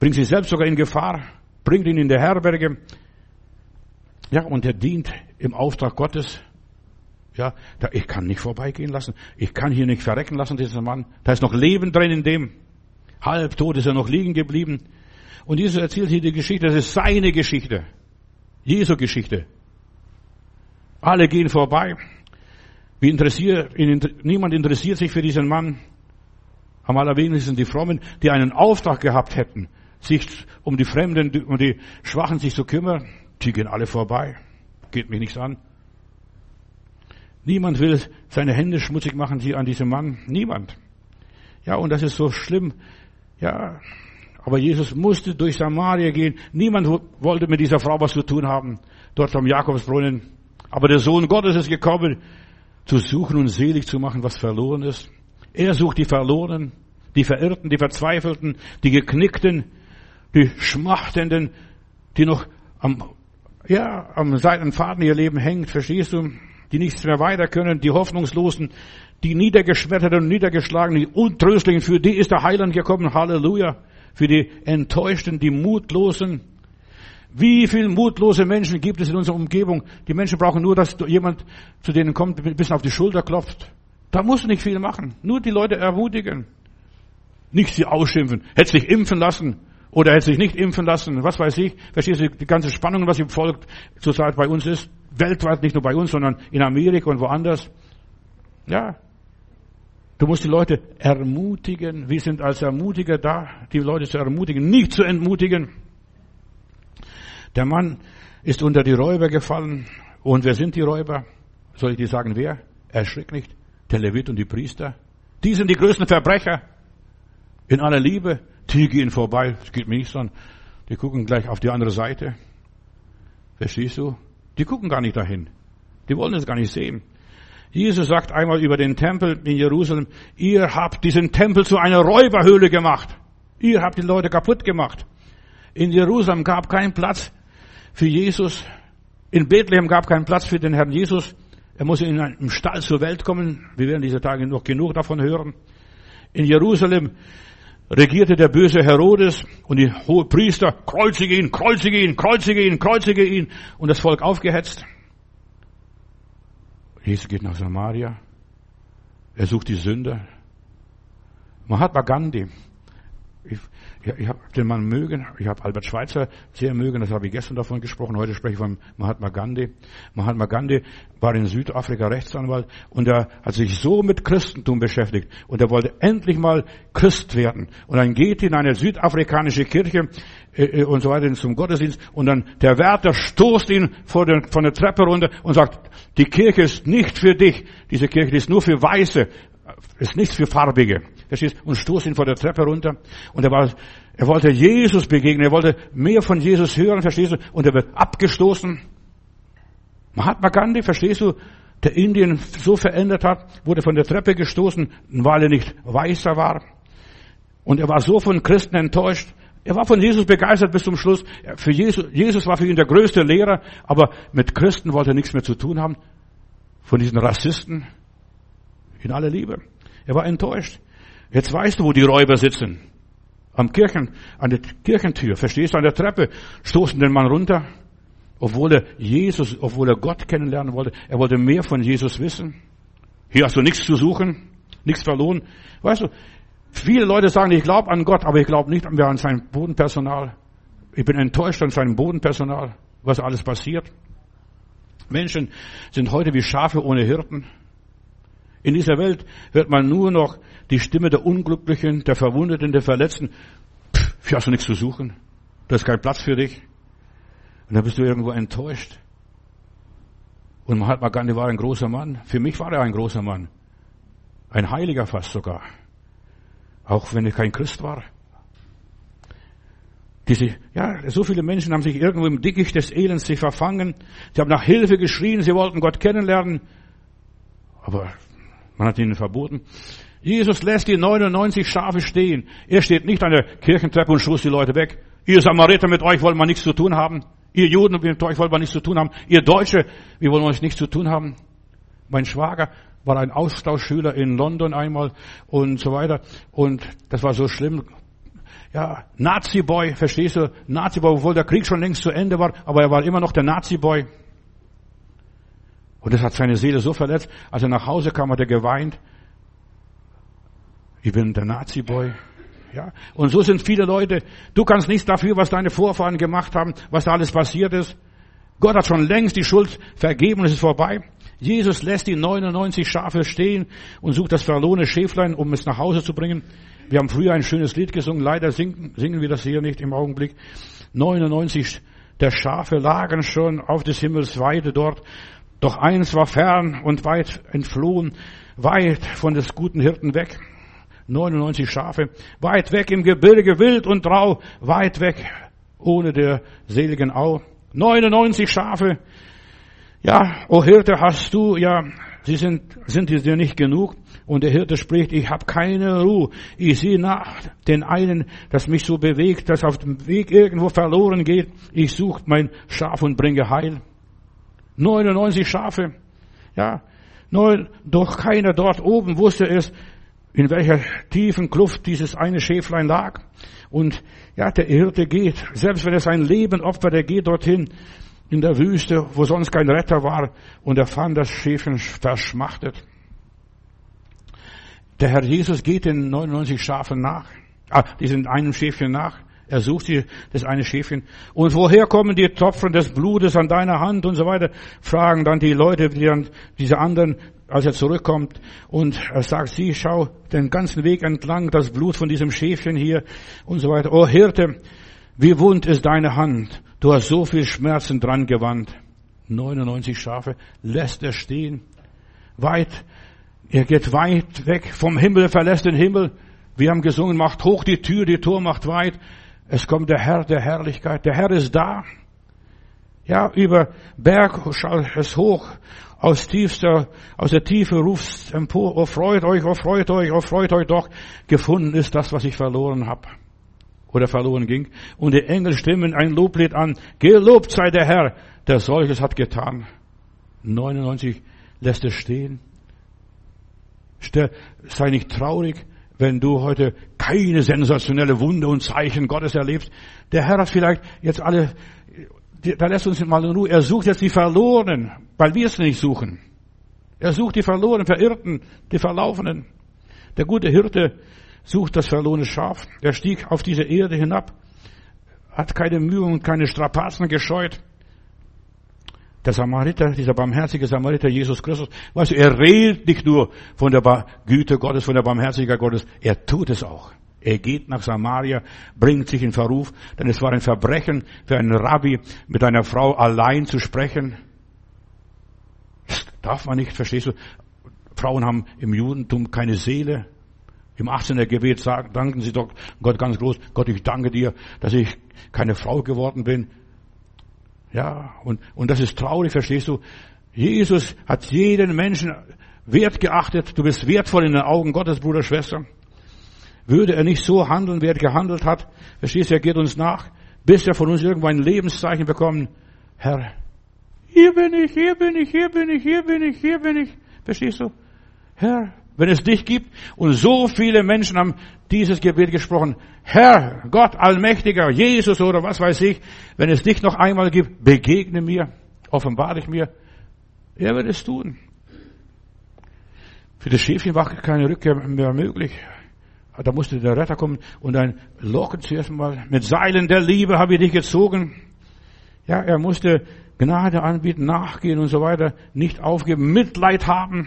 bringt sich selbst sogar in Gefahr, bringt ihn in der Herberge. Ja, und er dient im Auftrag Gottes. Ja, ich kann nicht vorbeigehen lassen. Ich kann hier nicht verrecken lassen, dieser Mann. Da ist noch Leben drin in dem. Halbtot ist er noch liegen geblieben. Und Jesus erzählt hier die Geschichte, das ist seine Geschichte. Jesu Geschichte. Alle gehen vorbei. Niemand interessiert sich für diesen Mann. Am allerwenigsten die Frommen, die einen Auftrag gehabt hätten, sich um die Fremden, um die Schwachen sich zu kümmern. Die gehen alle vorbei. Geht mich nichts an. Niemand will seine Hände schmutzig machen hier an diesem Mann. Niemand. Ja, und das ist so schlimm. Ja, aber Jesus musste durch Samaria gehen. Niemand wollte mit dieser Frau was zu tun haben. Dort am Jakobsbrunnen. Aber der Sohn Gottes ist gekommen, zu suchen und selig zu machen, was verloren ist. Er sucht die Verlorenen, die Verirrten, die Verzweifelten, die Geknickten, die Schmachtenden, die noch am Seitenfaden ihr Leben hängt, verstehst du? Die nichts mehr weiter können, die Hoffnungslosen, die Niedergeschmetterten und Niedergeschlagenen, die Untröstlichen, für die ist der Heiland gekommen, Halleluja. Für die Enttäuschten, die Mutlosen. Wie viele mutlose Menschen gibt es in unserer Umgebung? Die Menschen brauchen nur, dass jemand zu denen kommt, ein bisschen auf die Schulter klopft. Da musst du nicht viel machen. Nur die Leute ermutigen. Nicht sie ausschimpfen. Hätte sich impfen lassen oder hätte sich nicht impfen lassen. Was weiß ich. Verstehst du die ganze Spannung, was im Volk zurzeit bei uns ist? Weltweit, nicht nur bei uns, sondern in Amerika und woanders. Ja. Du musst die Leute ermutigen. Wir sind als Ermutiger da, die Leute zu ermutigen, nicht zu entmutigen. Der Mann ist unter die Räuber gefallen. Und wer sind die Räuber? Soll ich dir sagen, wer? Erschrick nicht. Der Levit und die Priester. Die sind die größten Verbrecher. In aller Liebe. Die gehen vorbei. Das geht mir nichts an. Die gucken gleich auf die andere Seite. Verstehst du? Die gucken gar nicht dahin. Die wollen es gar nicht sehen. Jesus sagt einmal über den Tempel in Jerusalem, ihr habt diesen Tempel zu einer Räuberhöhle gemacht. Ihr habt die Leute kaputt gemacht. In Jerusalem gab keinen Platz für Jesus. In Bethlehem gab keinen Platz für den Herrn Jesus. Er muss in einem Stall zur Welt kommen. Wir werden diese Tage noch genug davon hören. In Jerusalem regierte der böse Herodes und die Hohepriester, kreuzige ihn, kreuzige ihn, kreuzige ihn, kreuzige ihn. Und das Volk aufgehetzt. Jesus geht nach Samaria. Er sucht die Sünder. Mahatma Gandhi. Ich habe den Mann mögen. Ich habe Albert Schweitzer sehr mögen. Das habe ich gestern davon gesprochen. Heute spreche ich von Mahatma Gandhi. Mahatma Gandhi war in Südafrika Rechtsanwalt und er hat sich so mit Christentum beschäftigt. Und er wollte endlich mal Christ werden. Und dann geht er in eine südafrikanische Kirche und so weiter zum Gottesdienst. Und dann der Wärter stoßt ihn von der Treppe runter und sagt, die Kirche ist nicht für dich. Diese Kirche ist nur für Weiße. Ist nichts für Farbige. Verstehst? Und stoßt ihn von der Treppe runter. Und er wollte Jesus begegnen. Er wollte mehr von Jesus hören. Verstehst du? Und er wird abgestoßen. Mahatma Gandhi, verstehst du? Der Indien so verändert hat, wurde von der Treppe gestoßen, weil er nicht weißer war. Und er war so von Christen enttäuscht. Er war von Jesus begeistert bis zum Schluss. Jesus war für ihn der größte Lehrer. Aber mit Christen wollte er nichts mehr zu tun haben. Von diesen Rassisten. In aller Liebe. Er war enttäuscht. Jetzt weißt du, wo die Räuber sitzen. An der Kirchentür. Verstehst du? An der Treppe. Stoßen den Mann runter. Obwohl er Gott kennenlernen wollte. Er wollte mehr von Jesus wissen. Hier hast du nichts zu suchen. Nichts verloren. Weißt du, viele Leute sagen, ich glaube an Gott, aber ich glaube nicht mehr an sein Bodenpersonal. Ich bin enttäuscht an seinem Bodenpersonal. Was alles passiert. Menschen sind heute wie Schafe ohne Hirten. In dieser Welt hört man nur noch die Stimme der Unglücklichen, der Verwundeten, der Verletzten. Hier hast du nichts zu suchen. Da ist kein Platz für dich. Und dann bist du irgendwo enttäuscht. Und Mahatma Gandhi war ein großer Mann. Für mich war er ein großer Mann. Ein Heiliger fast sogar. Auch wenn er kein Christ war. So viele Menschen haben sich irgendwo im Dickicht des Elends sich verfangen. Sie haben nach Hilfe geschrien, sie wollten Gott kennenlernen. Aber man hat ihnen verboten. Jesus lässt die 99 Schafe stehen. Er steht nicht an der Kirchentreppe und stoßt die Leute weg. Ihr Samariter, mit euch wollen wir nichts zu tun haben. Ihr Juden, mit euch wollen wir nichts zu tun haben. Ihr Deutsche, wir wollen euch nichts zu tun haben. Mein Schwager war ein Austauschschüler in London einmal und so weiter. Und das war so schlimm. ja, Nazi-Boy, verstehst du? Nazi-Boy, obwohl der Krieg schon längst zu Ende war, aber er war immer noch der Nazi-Boy. Und das hat seine Seele so verletzt. Als er nach Hause kam, hat er geweint. Ich bin der Nazi-Boy. Ja. Und so sind viele Leute. Du kannst nichts dafür, was deine Vorfahren gemacht haben, was da alles passiert ist. Gott hat schon längst die Schuld vergeben und es ist vorbei. Jesus lässt die 99 Schafe stehen und sucht das verlorene Schäflein, um es nach Hause zu bringen. Wir haben früher ein schönes Lied gesungen. Leider singen wir das hier nicht im Augenblick. 99 der Schafe lagen schon auf des Himmels Weide dort. Doch eins war fern und weit entflohen, weit von des guten Hirten weg. 99 Schafe, weit weg im Gebirge, wild und rau, weit weg, ohne der seligen Au. 99 Schafe, ja, o Hirte, hast du, ja, sie sind dir nicht genug? Und der Hirte spricht, ich habe keine Ruhe. Ich sehe nach den einen, das mich so bewegt, das auf dem Weg irgendwo verloren geht. Ich suche mein Schaf und bringe Heil. 99 Schafe, ja, doch keiner dort oben wusste es, in welcher tiefen Kluft dieses eine Schäflein lag. Und ja, der Hirte geht, selbst wenn er sein Leben opfert, er geht dorthin in der Wüste, wo sonst kein Retter war, und er fand das Schäfchen verschmachtet. Der Herr Jesus geht den 99 Schafen nach, diesen einen Schäfchen nach. Er sucht das eine Schäfchen. Und woher kommen die Tropfen des Blutes an deiner Hand und so weiter? Fragen dann die Leute, diese anderen, als er zurückkommt. Und er sagt, sieh, schau den ganzen Weg entlang, das Blut von diesem Schäfchen hier und so weiter. O Hirte, wie wund ist deine Hand? Du hast so viel Schmerzen dran gewandt. 99 Schafe lässt er stehen. Er geht weit weg vom Himmel, verlässt den Himmel. Wir haben gesungen, macht hoch die Tür, die Tor macht weit. Es kommt der Herr der Herrlichkeit. Der Herr ist da. Ja, über Berg schaut es hoch. Aus der Tiefe ruft empor. Oh, freut euch, oh, freut euch, oh, freut euch doch. Gefunden ist das, was ich verloren habe. Oder verloren ging. Und die Engel stimmen ein Loblied an. Gelobt sei der Herr, der solches hat getan. 99 lässt es stehen. Sei nicht traurig, wenn du heute keine sensationelle Wunder und Zeichen Gottes erlebst. Der Herr hat vielleicht jetzt da lässt uns mal in Ruhe. Er sucht jetzt die Verlorenen, weil wir es nicht suchen. Er sucht die Verlorenen, Verirrten, die Verlaufenen. Der gute Hirte sucht das verlorene Schaf. Er stieg auf diese Erde hinab, hat keine Mühe und keine Strapazen gescheut. Der Samariter, dieser barmherzige Samariter, Jesus Christus, weißt du, er redet nicht nur von der Güte Gottes, von der Barmherzigkeit Gottes, er tut es auch. Er geht nach Samaria, bringt sich in Verruf, denn es war ein Verbrechen für einen Rabbi, mit einer Frau allein zu sprechen. Das darf man nicht, verstehst du? Frauen haben im Judentum keine Seele. Im 18. Gebet danken sie doch Gott ganz groß. Gott, ich danke dir, dass ich keine Frau geworden bin. Ja, und das ist traurig, verstehst du? Jesus hat jeden Menschen wert geachtet. Du bist wertvoll in den Augen Gottes, Bruder, Schwester. Würde er nicht so handeln, wie er gehandelt hat, verstehst du, er geht uns nach, bis er von uns irgendwo ein Lebenszeichen bekommt. Herr, hier bin ich, hier bin ich, hier bin ich, hier bin ich, hier bin ich. Verstehst du? Herr, wenn es dich gibt, und so viele Menschen haben dieses Gebet gesprochen, Herr, Gott Allmächtiger, Jesus oder was weiß ich, wenn es dich noch einmal gibt, begegne mir, offenbare dich mir. Er wird es tun. Für das Schäfchen war keine Rückkehr mehr möglich. Da musste der Retter kommen und ein Locken zuerst mal. Mit Seilen der Liebe habe ich dich gezogen. Ja, er musste Gnade anbieten, nachgehen und so weiter, nicht aufgeben, Mitleid haben.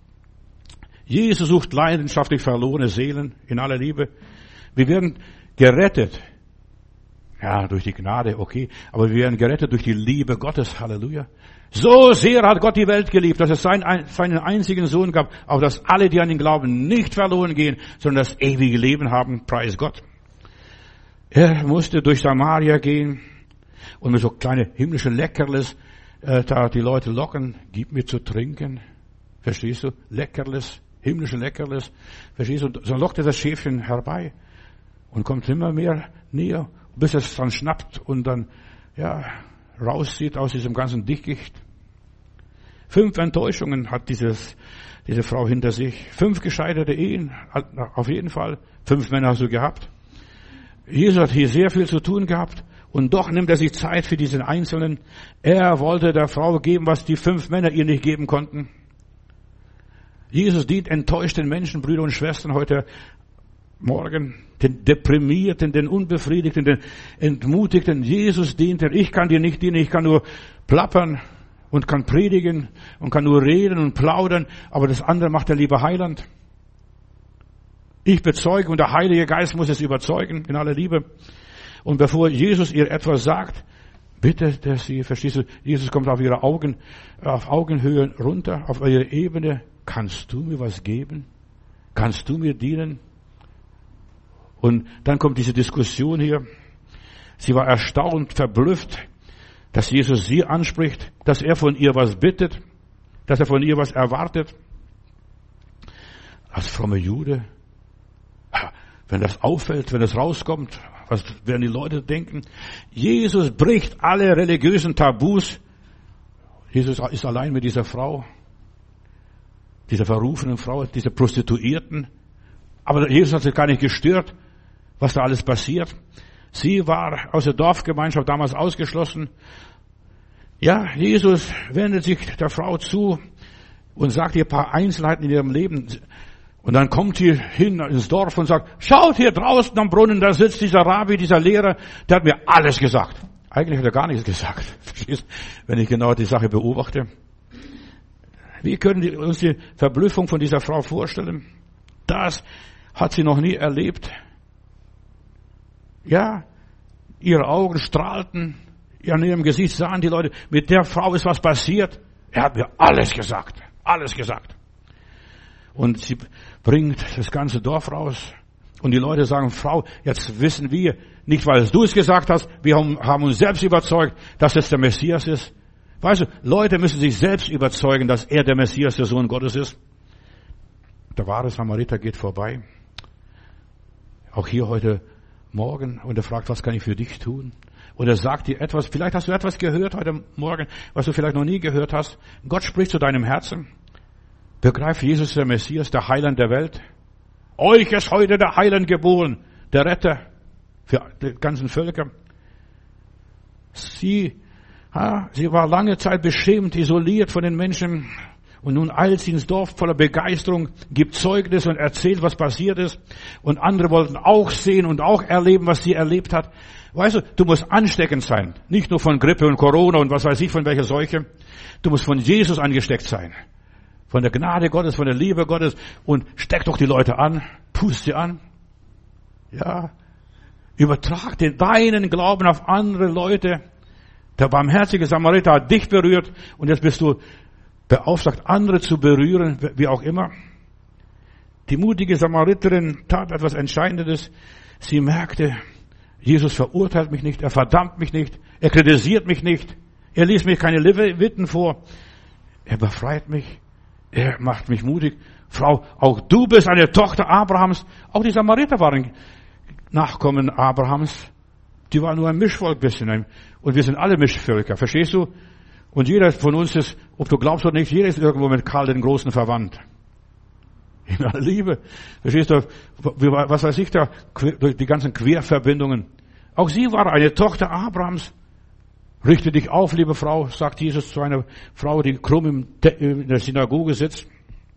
Jesus sucht leidenschaftlich verlorene Seelen in aller Liebe. Wir werden gerettet. Ja, durch die Gnade, okay. Aber wir werden gerettet durch die Liebe Gottes. Halleluja. So sehr hat Gott die Welt geliebt, dass es seinen einzigen Sohn gab, auf dass alle, die an ihn glauben, nicht verloren gehen, sondern das ewige Leben haben. Preis Gott. Er musste durch Samaria gehen und mit so kleine himmlische Leckerlis da die Leute locken. Gib mir zu trinken. Verstehst du? Leckerlis, himmlische Leckerlis. Verstehst du? So lockt er das Schäfchen herbei und kommt immer mehr näher, bis es dann schnappt und dann, ja, rauszieht aus diesem ganzen Dickicht. 5 Enttäuschungen hat diese Frau hinter sich. 5 gescheiterte Ehen, auf jeden Fall. 5 Männer hast du gehabt. Jesus hat hier sehr viel zu tun gehabt und doch nimmt er sich Zeit für diesen Einzelnen. Er wollte der Frau geben, was die 5 Männer ihr nicht geben konnten. Jesus dient enttäuschten Menschen, Brüder und Schwestern heute Morgen, den Deprimierten, den Unbefriedigten, den Entmutigten. Jesus dient dir. Ich kann dir nicht dienen, ich kann nur plappern und kann predigen und kann nur reden und plaudern, aber das andere macht der liebe Heiland. Ich bezeuge und der Heilige Geist muss es überzeugen in aller Liebe. Und bevor Jesus ihr etwas sagt, bittet er sie, verstehst du, Jesus kommt auf ihre Augen, auf Augenhöhe runter, auf ihre Ebene. Kannst du mir was geben? Kannst du mir dienen? Und dann kommt diese Diskussion hier. Sie war erstaunt, verblüfft, dass Jesus sie anspricht, dass er von ihr was bittet, dass er von ihr was erwartet. Als fromme Jude, wenn das auffällt, wenn das rauskommt, was werden die Leute denken? Jesus bricht alle religiösen Tabus. Jesus ist allein mit dieser Frau, dieser verrufenen Frau, dieser Prostituierten. Aber Jesus hat sich gar nicht gestört, was da alles passiert. Sie war aus der Dorfgemeinschaft damals ausgeschlossen. Ja, Jesus wendet sich der Frau zu und sagt ihr ein paar Einzelheiten in ihrem Leben. Und dann kommt sie hin ins Dorf und sagt, schaut hier draußen am Brunnen, da sitzt dieser Rabbi, dieser Lehrer, der hat mir alles gesagt. Eigentlich hat er gar nichts gesagt, verstehst, wenn ich genau die Sache beobachte. Wie können wir uns die Verblüffung von dieser Frau vorstellen? Das hat sie noch nie erlebt. Ja, ihre Augen strahlten, an ihrem Gesicht sahen die Leute, mit der Frau ist was passiert. Er hat mir alles gesagt, alles gesagt. Und sie bringt das ganze Dorf raus. Und die Leute sagen, Frau, jetzt wissen wir, nicht weil du es gesagt hast, wir haben uns selbst überzeugt, dass es der Messias ist. Weißt du, Leute müssen sich selbst überzeugen, dass er der Messias, der Sohn Gottes ist. Der wahre Samariter geht vorbei. Auch hier heute Morgen. Und er fragt, was kann ich für dich tun? Und er sagt dir etwas, vielleicht hast du etwas gehört heute Morgen, was du vielleicht noch nie gehört hast. Gott spricht zu deinem Herzen. Begreif, Jesus ist der Messias, der Heiland der Welt. Euch ist heute der Heiland geboren, der Retter für die ganzen Völker. Sie war lange Zeit beschämt, isoliert von den Menschen. Und nun eilt sie ins Dorf voller Begeisterung, gibt Zeugnis und erzählt, was passiert ist. Und andere wollten auch sehen und auch erleben, was sie erlebt hat. Weißt du musst ansteckend sein. Nicht nur von Grippe und Corona und was weiß ich von welcher Seuche. Du musst von Jesus angesteckt sein. Von der Gnade Gottes, von der Liebe Gottes. Und steck doch die Leute an. Pust sie an. Ja. Übertrag deinen Glauben auf andere Leute. Der barmherzige Samariter hat dich berührt. Und jetzt bist du beauftragt, andere zu berühren, wie auch immer. Die mutige Samariterin tat etwas Entscheidendes. Sie merkte, Jesus verurteilt mich nicht, er verdammt mich nicht, er kritisiert mich nicht, er liest mir keine Witten vor. Er befreit mich, er macht mich mutig. Frau, auch du bist eine Tochter Abrahams. Auch die Samariter waren Nachkommen Abrahams. Die waren nur ein Mischvolk bisschen. Und wir sind alle Mischvölker, verstehst du? Und jeder von uns ist, ob du glaubst oder nicht, jeder ist irgendwo mit Karl den Großen verwandt. In aller Liebe. Verstehst du, was weiß ich da, durch die ganzen Querverbindungen. Auch sie war eine Tochter Abrahams. Richte dich auf, liebe Frau, sagt Jesus zu einer Frau, die krumm in der Synagoge sitzt.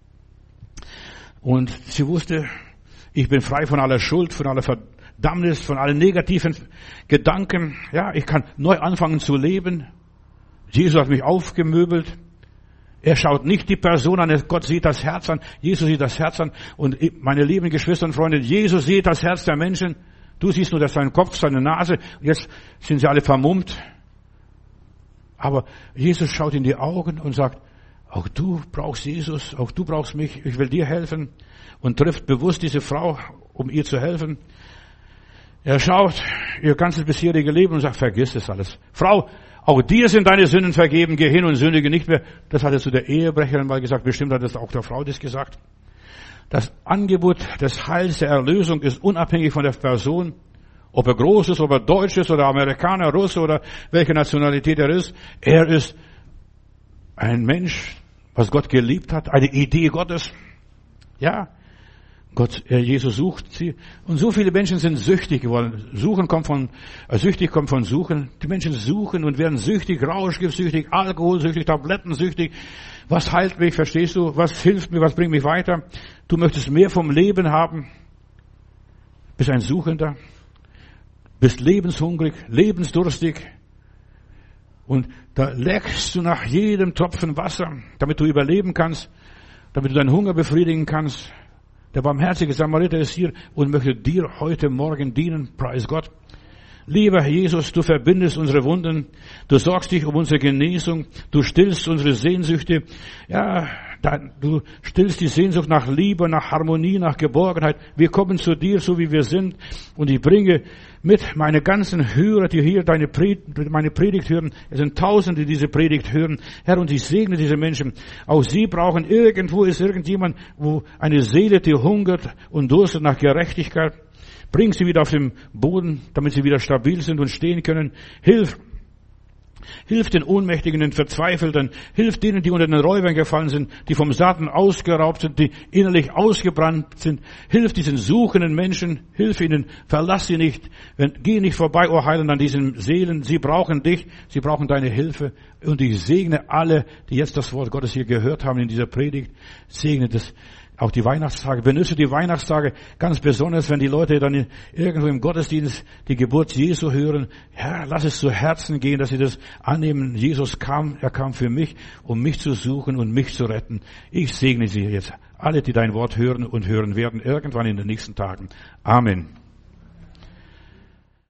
Und sie wusste, ich bin frei von aller Schuld, von aller Verdammnis, von allen negativen Gedanken. Ja, ich kann neu anfangen zu leben. Jesus hat mich aufgemöbelt. Er schaut nicht die Person an, Gott sieht das Herz an, Jesus sieht das Herz an. Und meine lieben Geschwister und Freunde, Jesus sieht das Herz der Menschen. Du siehst nur seinen Kopf, seine Nase. Jetzt sind sie alle vermummt. Aber Jesus schaut in die Augen und sagt, auch du brauchst Jesus, auch du brauchst mich, ich will dir helfen. Und trifft bewusst diese Frau, um ihr zu helfen. Er schaut ihr ganzes bisherige Leben und sagt, vergiss das alles. Frau, auch dir sind deine Sünden vergeben, geh hin und sündige nicht mehr. Das hat er zu der Ehebrecherin mal gesagt, bestimmt hat es auch der Frau das gesagt. Das Angebot des Heils, der Erlösung ist unabhängig von der Person, ob er groß ist, ob er Deutsch ist oder Amerikaner, Russe oder welche Nationalität er ist. Er ist ein Mensch, was Gott geliebt hat, eine Idee Gottes. Ja, Jesus sucht sie. Und so viele Menschen sind süchtig geworden. Süchtig kommt von suchen. Die Menschen suchen und werden süchtig, Rauschgiftsüchtig, alkoholsüchtig, tablettensüchtig. Was heilt mich, verstehst du? Was hilft mir, was bringt mich weiter? Du möchtest mehr vom Leben haben. Bist ein Suchender. Bist lebenshungrig, lebensdurstig. Und da leckst du nach jedem Tropfen Wasser, damit du überleben kannst, damit du deinen Hunger befriedigen kannst. Der barmherzige Samariter ist hier und möchte dir heute Morgen dienen. Preis Gott. Lieber Jesus, du verbindest unsere Wunden. Du sorgst dich um unsere Genesung. Du stillst unsere Sehnsüchte. Ja, du stillst die Sehnsucht nach Liebe, nach Harmonie, nach Geborgenheit. Wir kommen zu dir, so wie wir sind. Und ich bringe mit meine ganzen Hörer, die hier meine Predigt hören. Es sind Tausende, die diese Predigt hören. Herr, und ich segne diese Menschen. Auch sie brauchen, irgendwo ist irgendjemand, wo eine Seele, die hungert und durstet nach Gerechtigkeit. Bring sie wieder auf den Boden, damit sie wieder stabil sind und stehen können. Hilf den Ohnmächtigen, den Verzweifelten. Hilf denen, die unter den Räubern gefallen sind, die vom Satan ausgeraubt sind, die innerlich ausgebrannt sind. Hilf diesen suchenden Menschen. Hilf ihnen. Verlass sie nicht. Geh nicht vorbei, o Heiland, an diesen Seelen. Sie brauchen dich. Sie brauchen deine Hilfe. Und ich segne alle, die jetzt das Wort Gottes hier gehört haben in dieser Predigt. Segne das. Auch die Weihnachtstage, benutze die Weihnachtstage ganz besonders, wenn die Leute dann irgendwo im Gottesdienst die Geburt Jesu hören. Herr, lass es zu Herzen gehen, dass sie das annehmen. Jesus kam, er kam für mich, um mich zu suchen und mich zu retten. Ich segne sie jetzt, alle, die dein Wort hören und hören werden, irgendwann in den nächsten Tagen. Amen.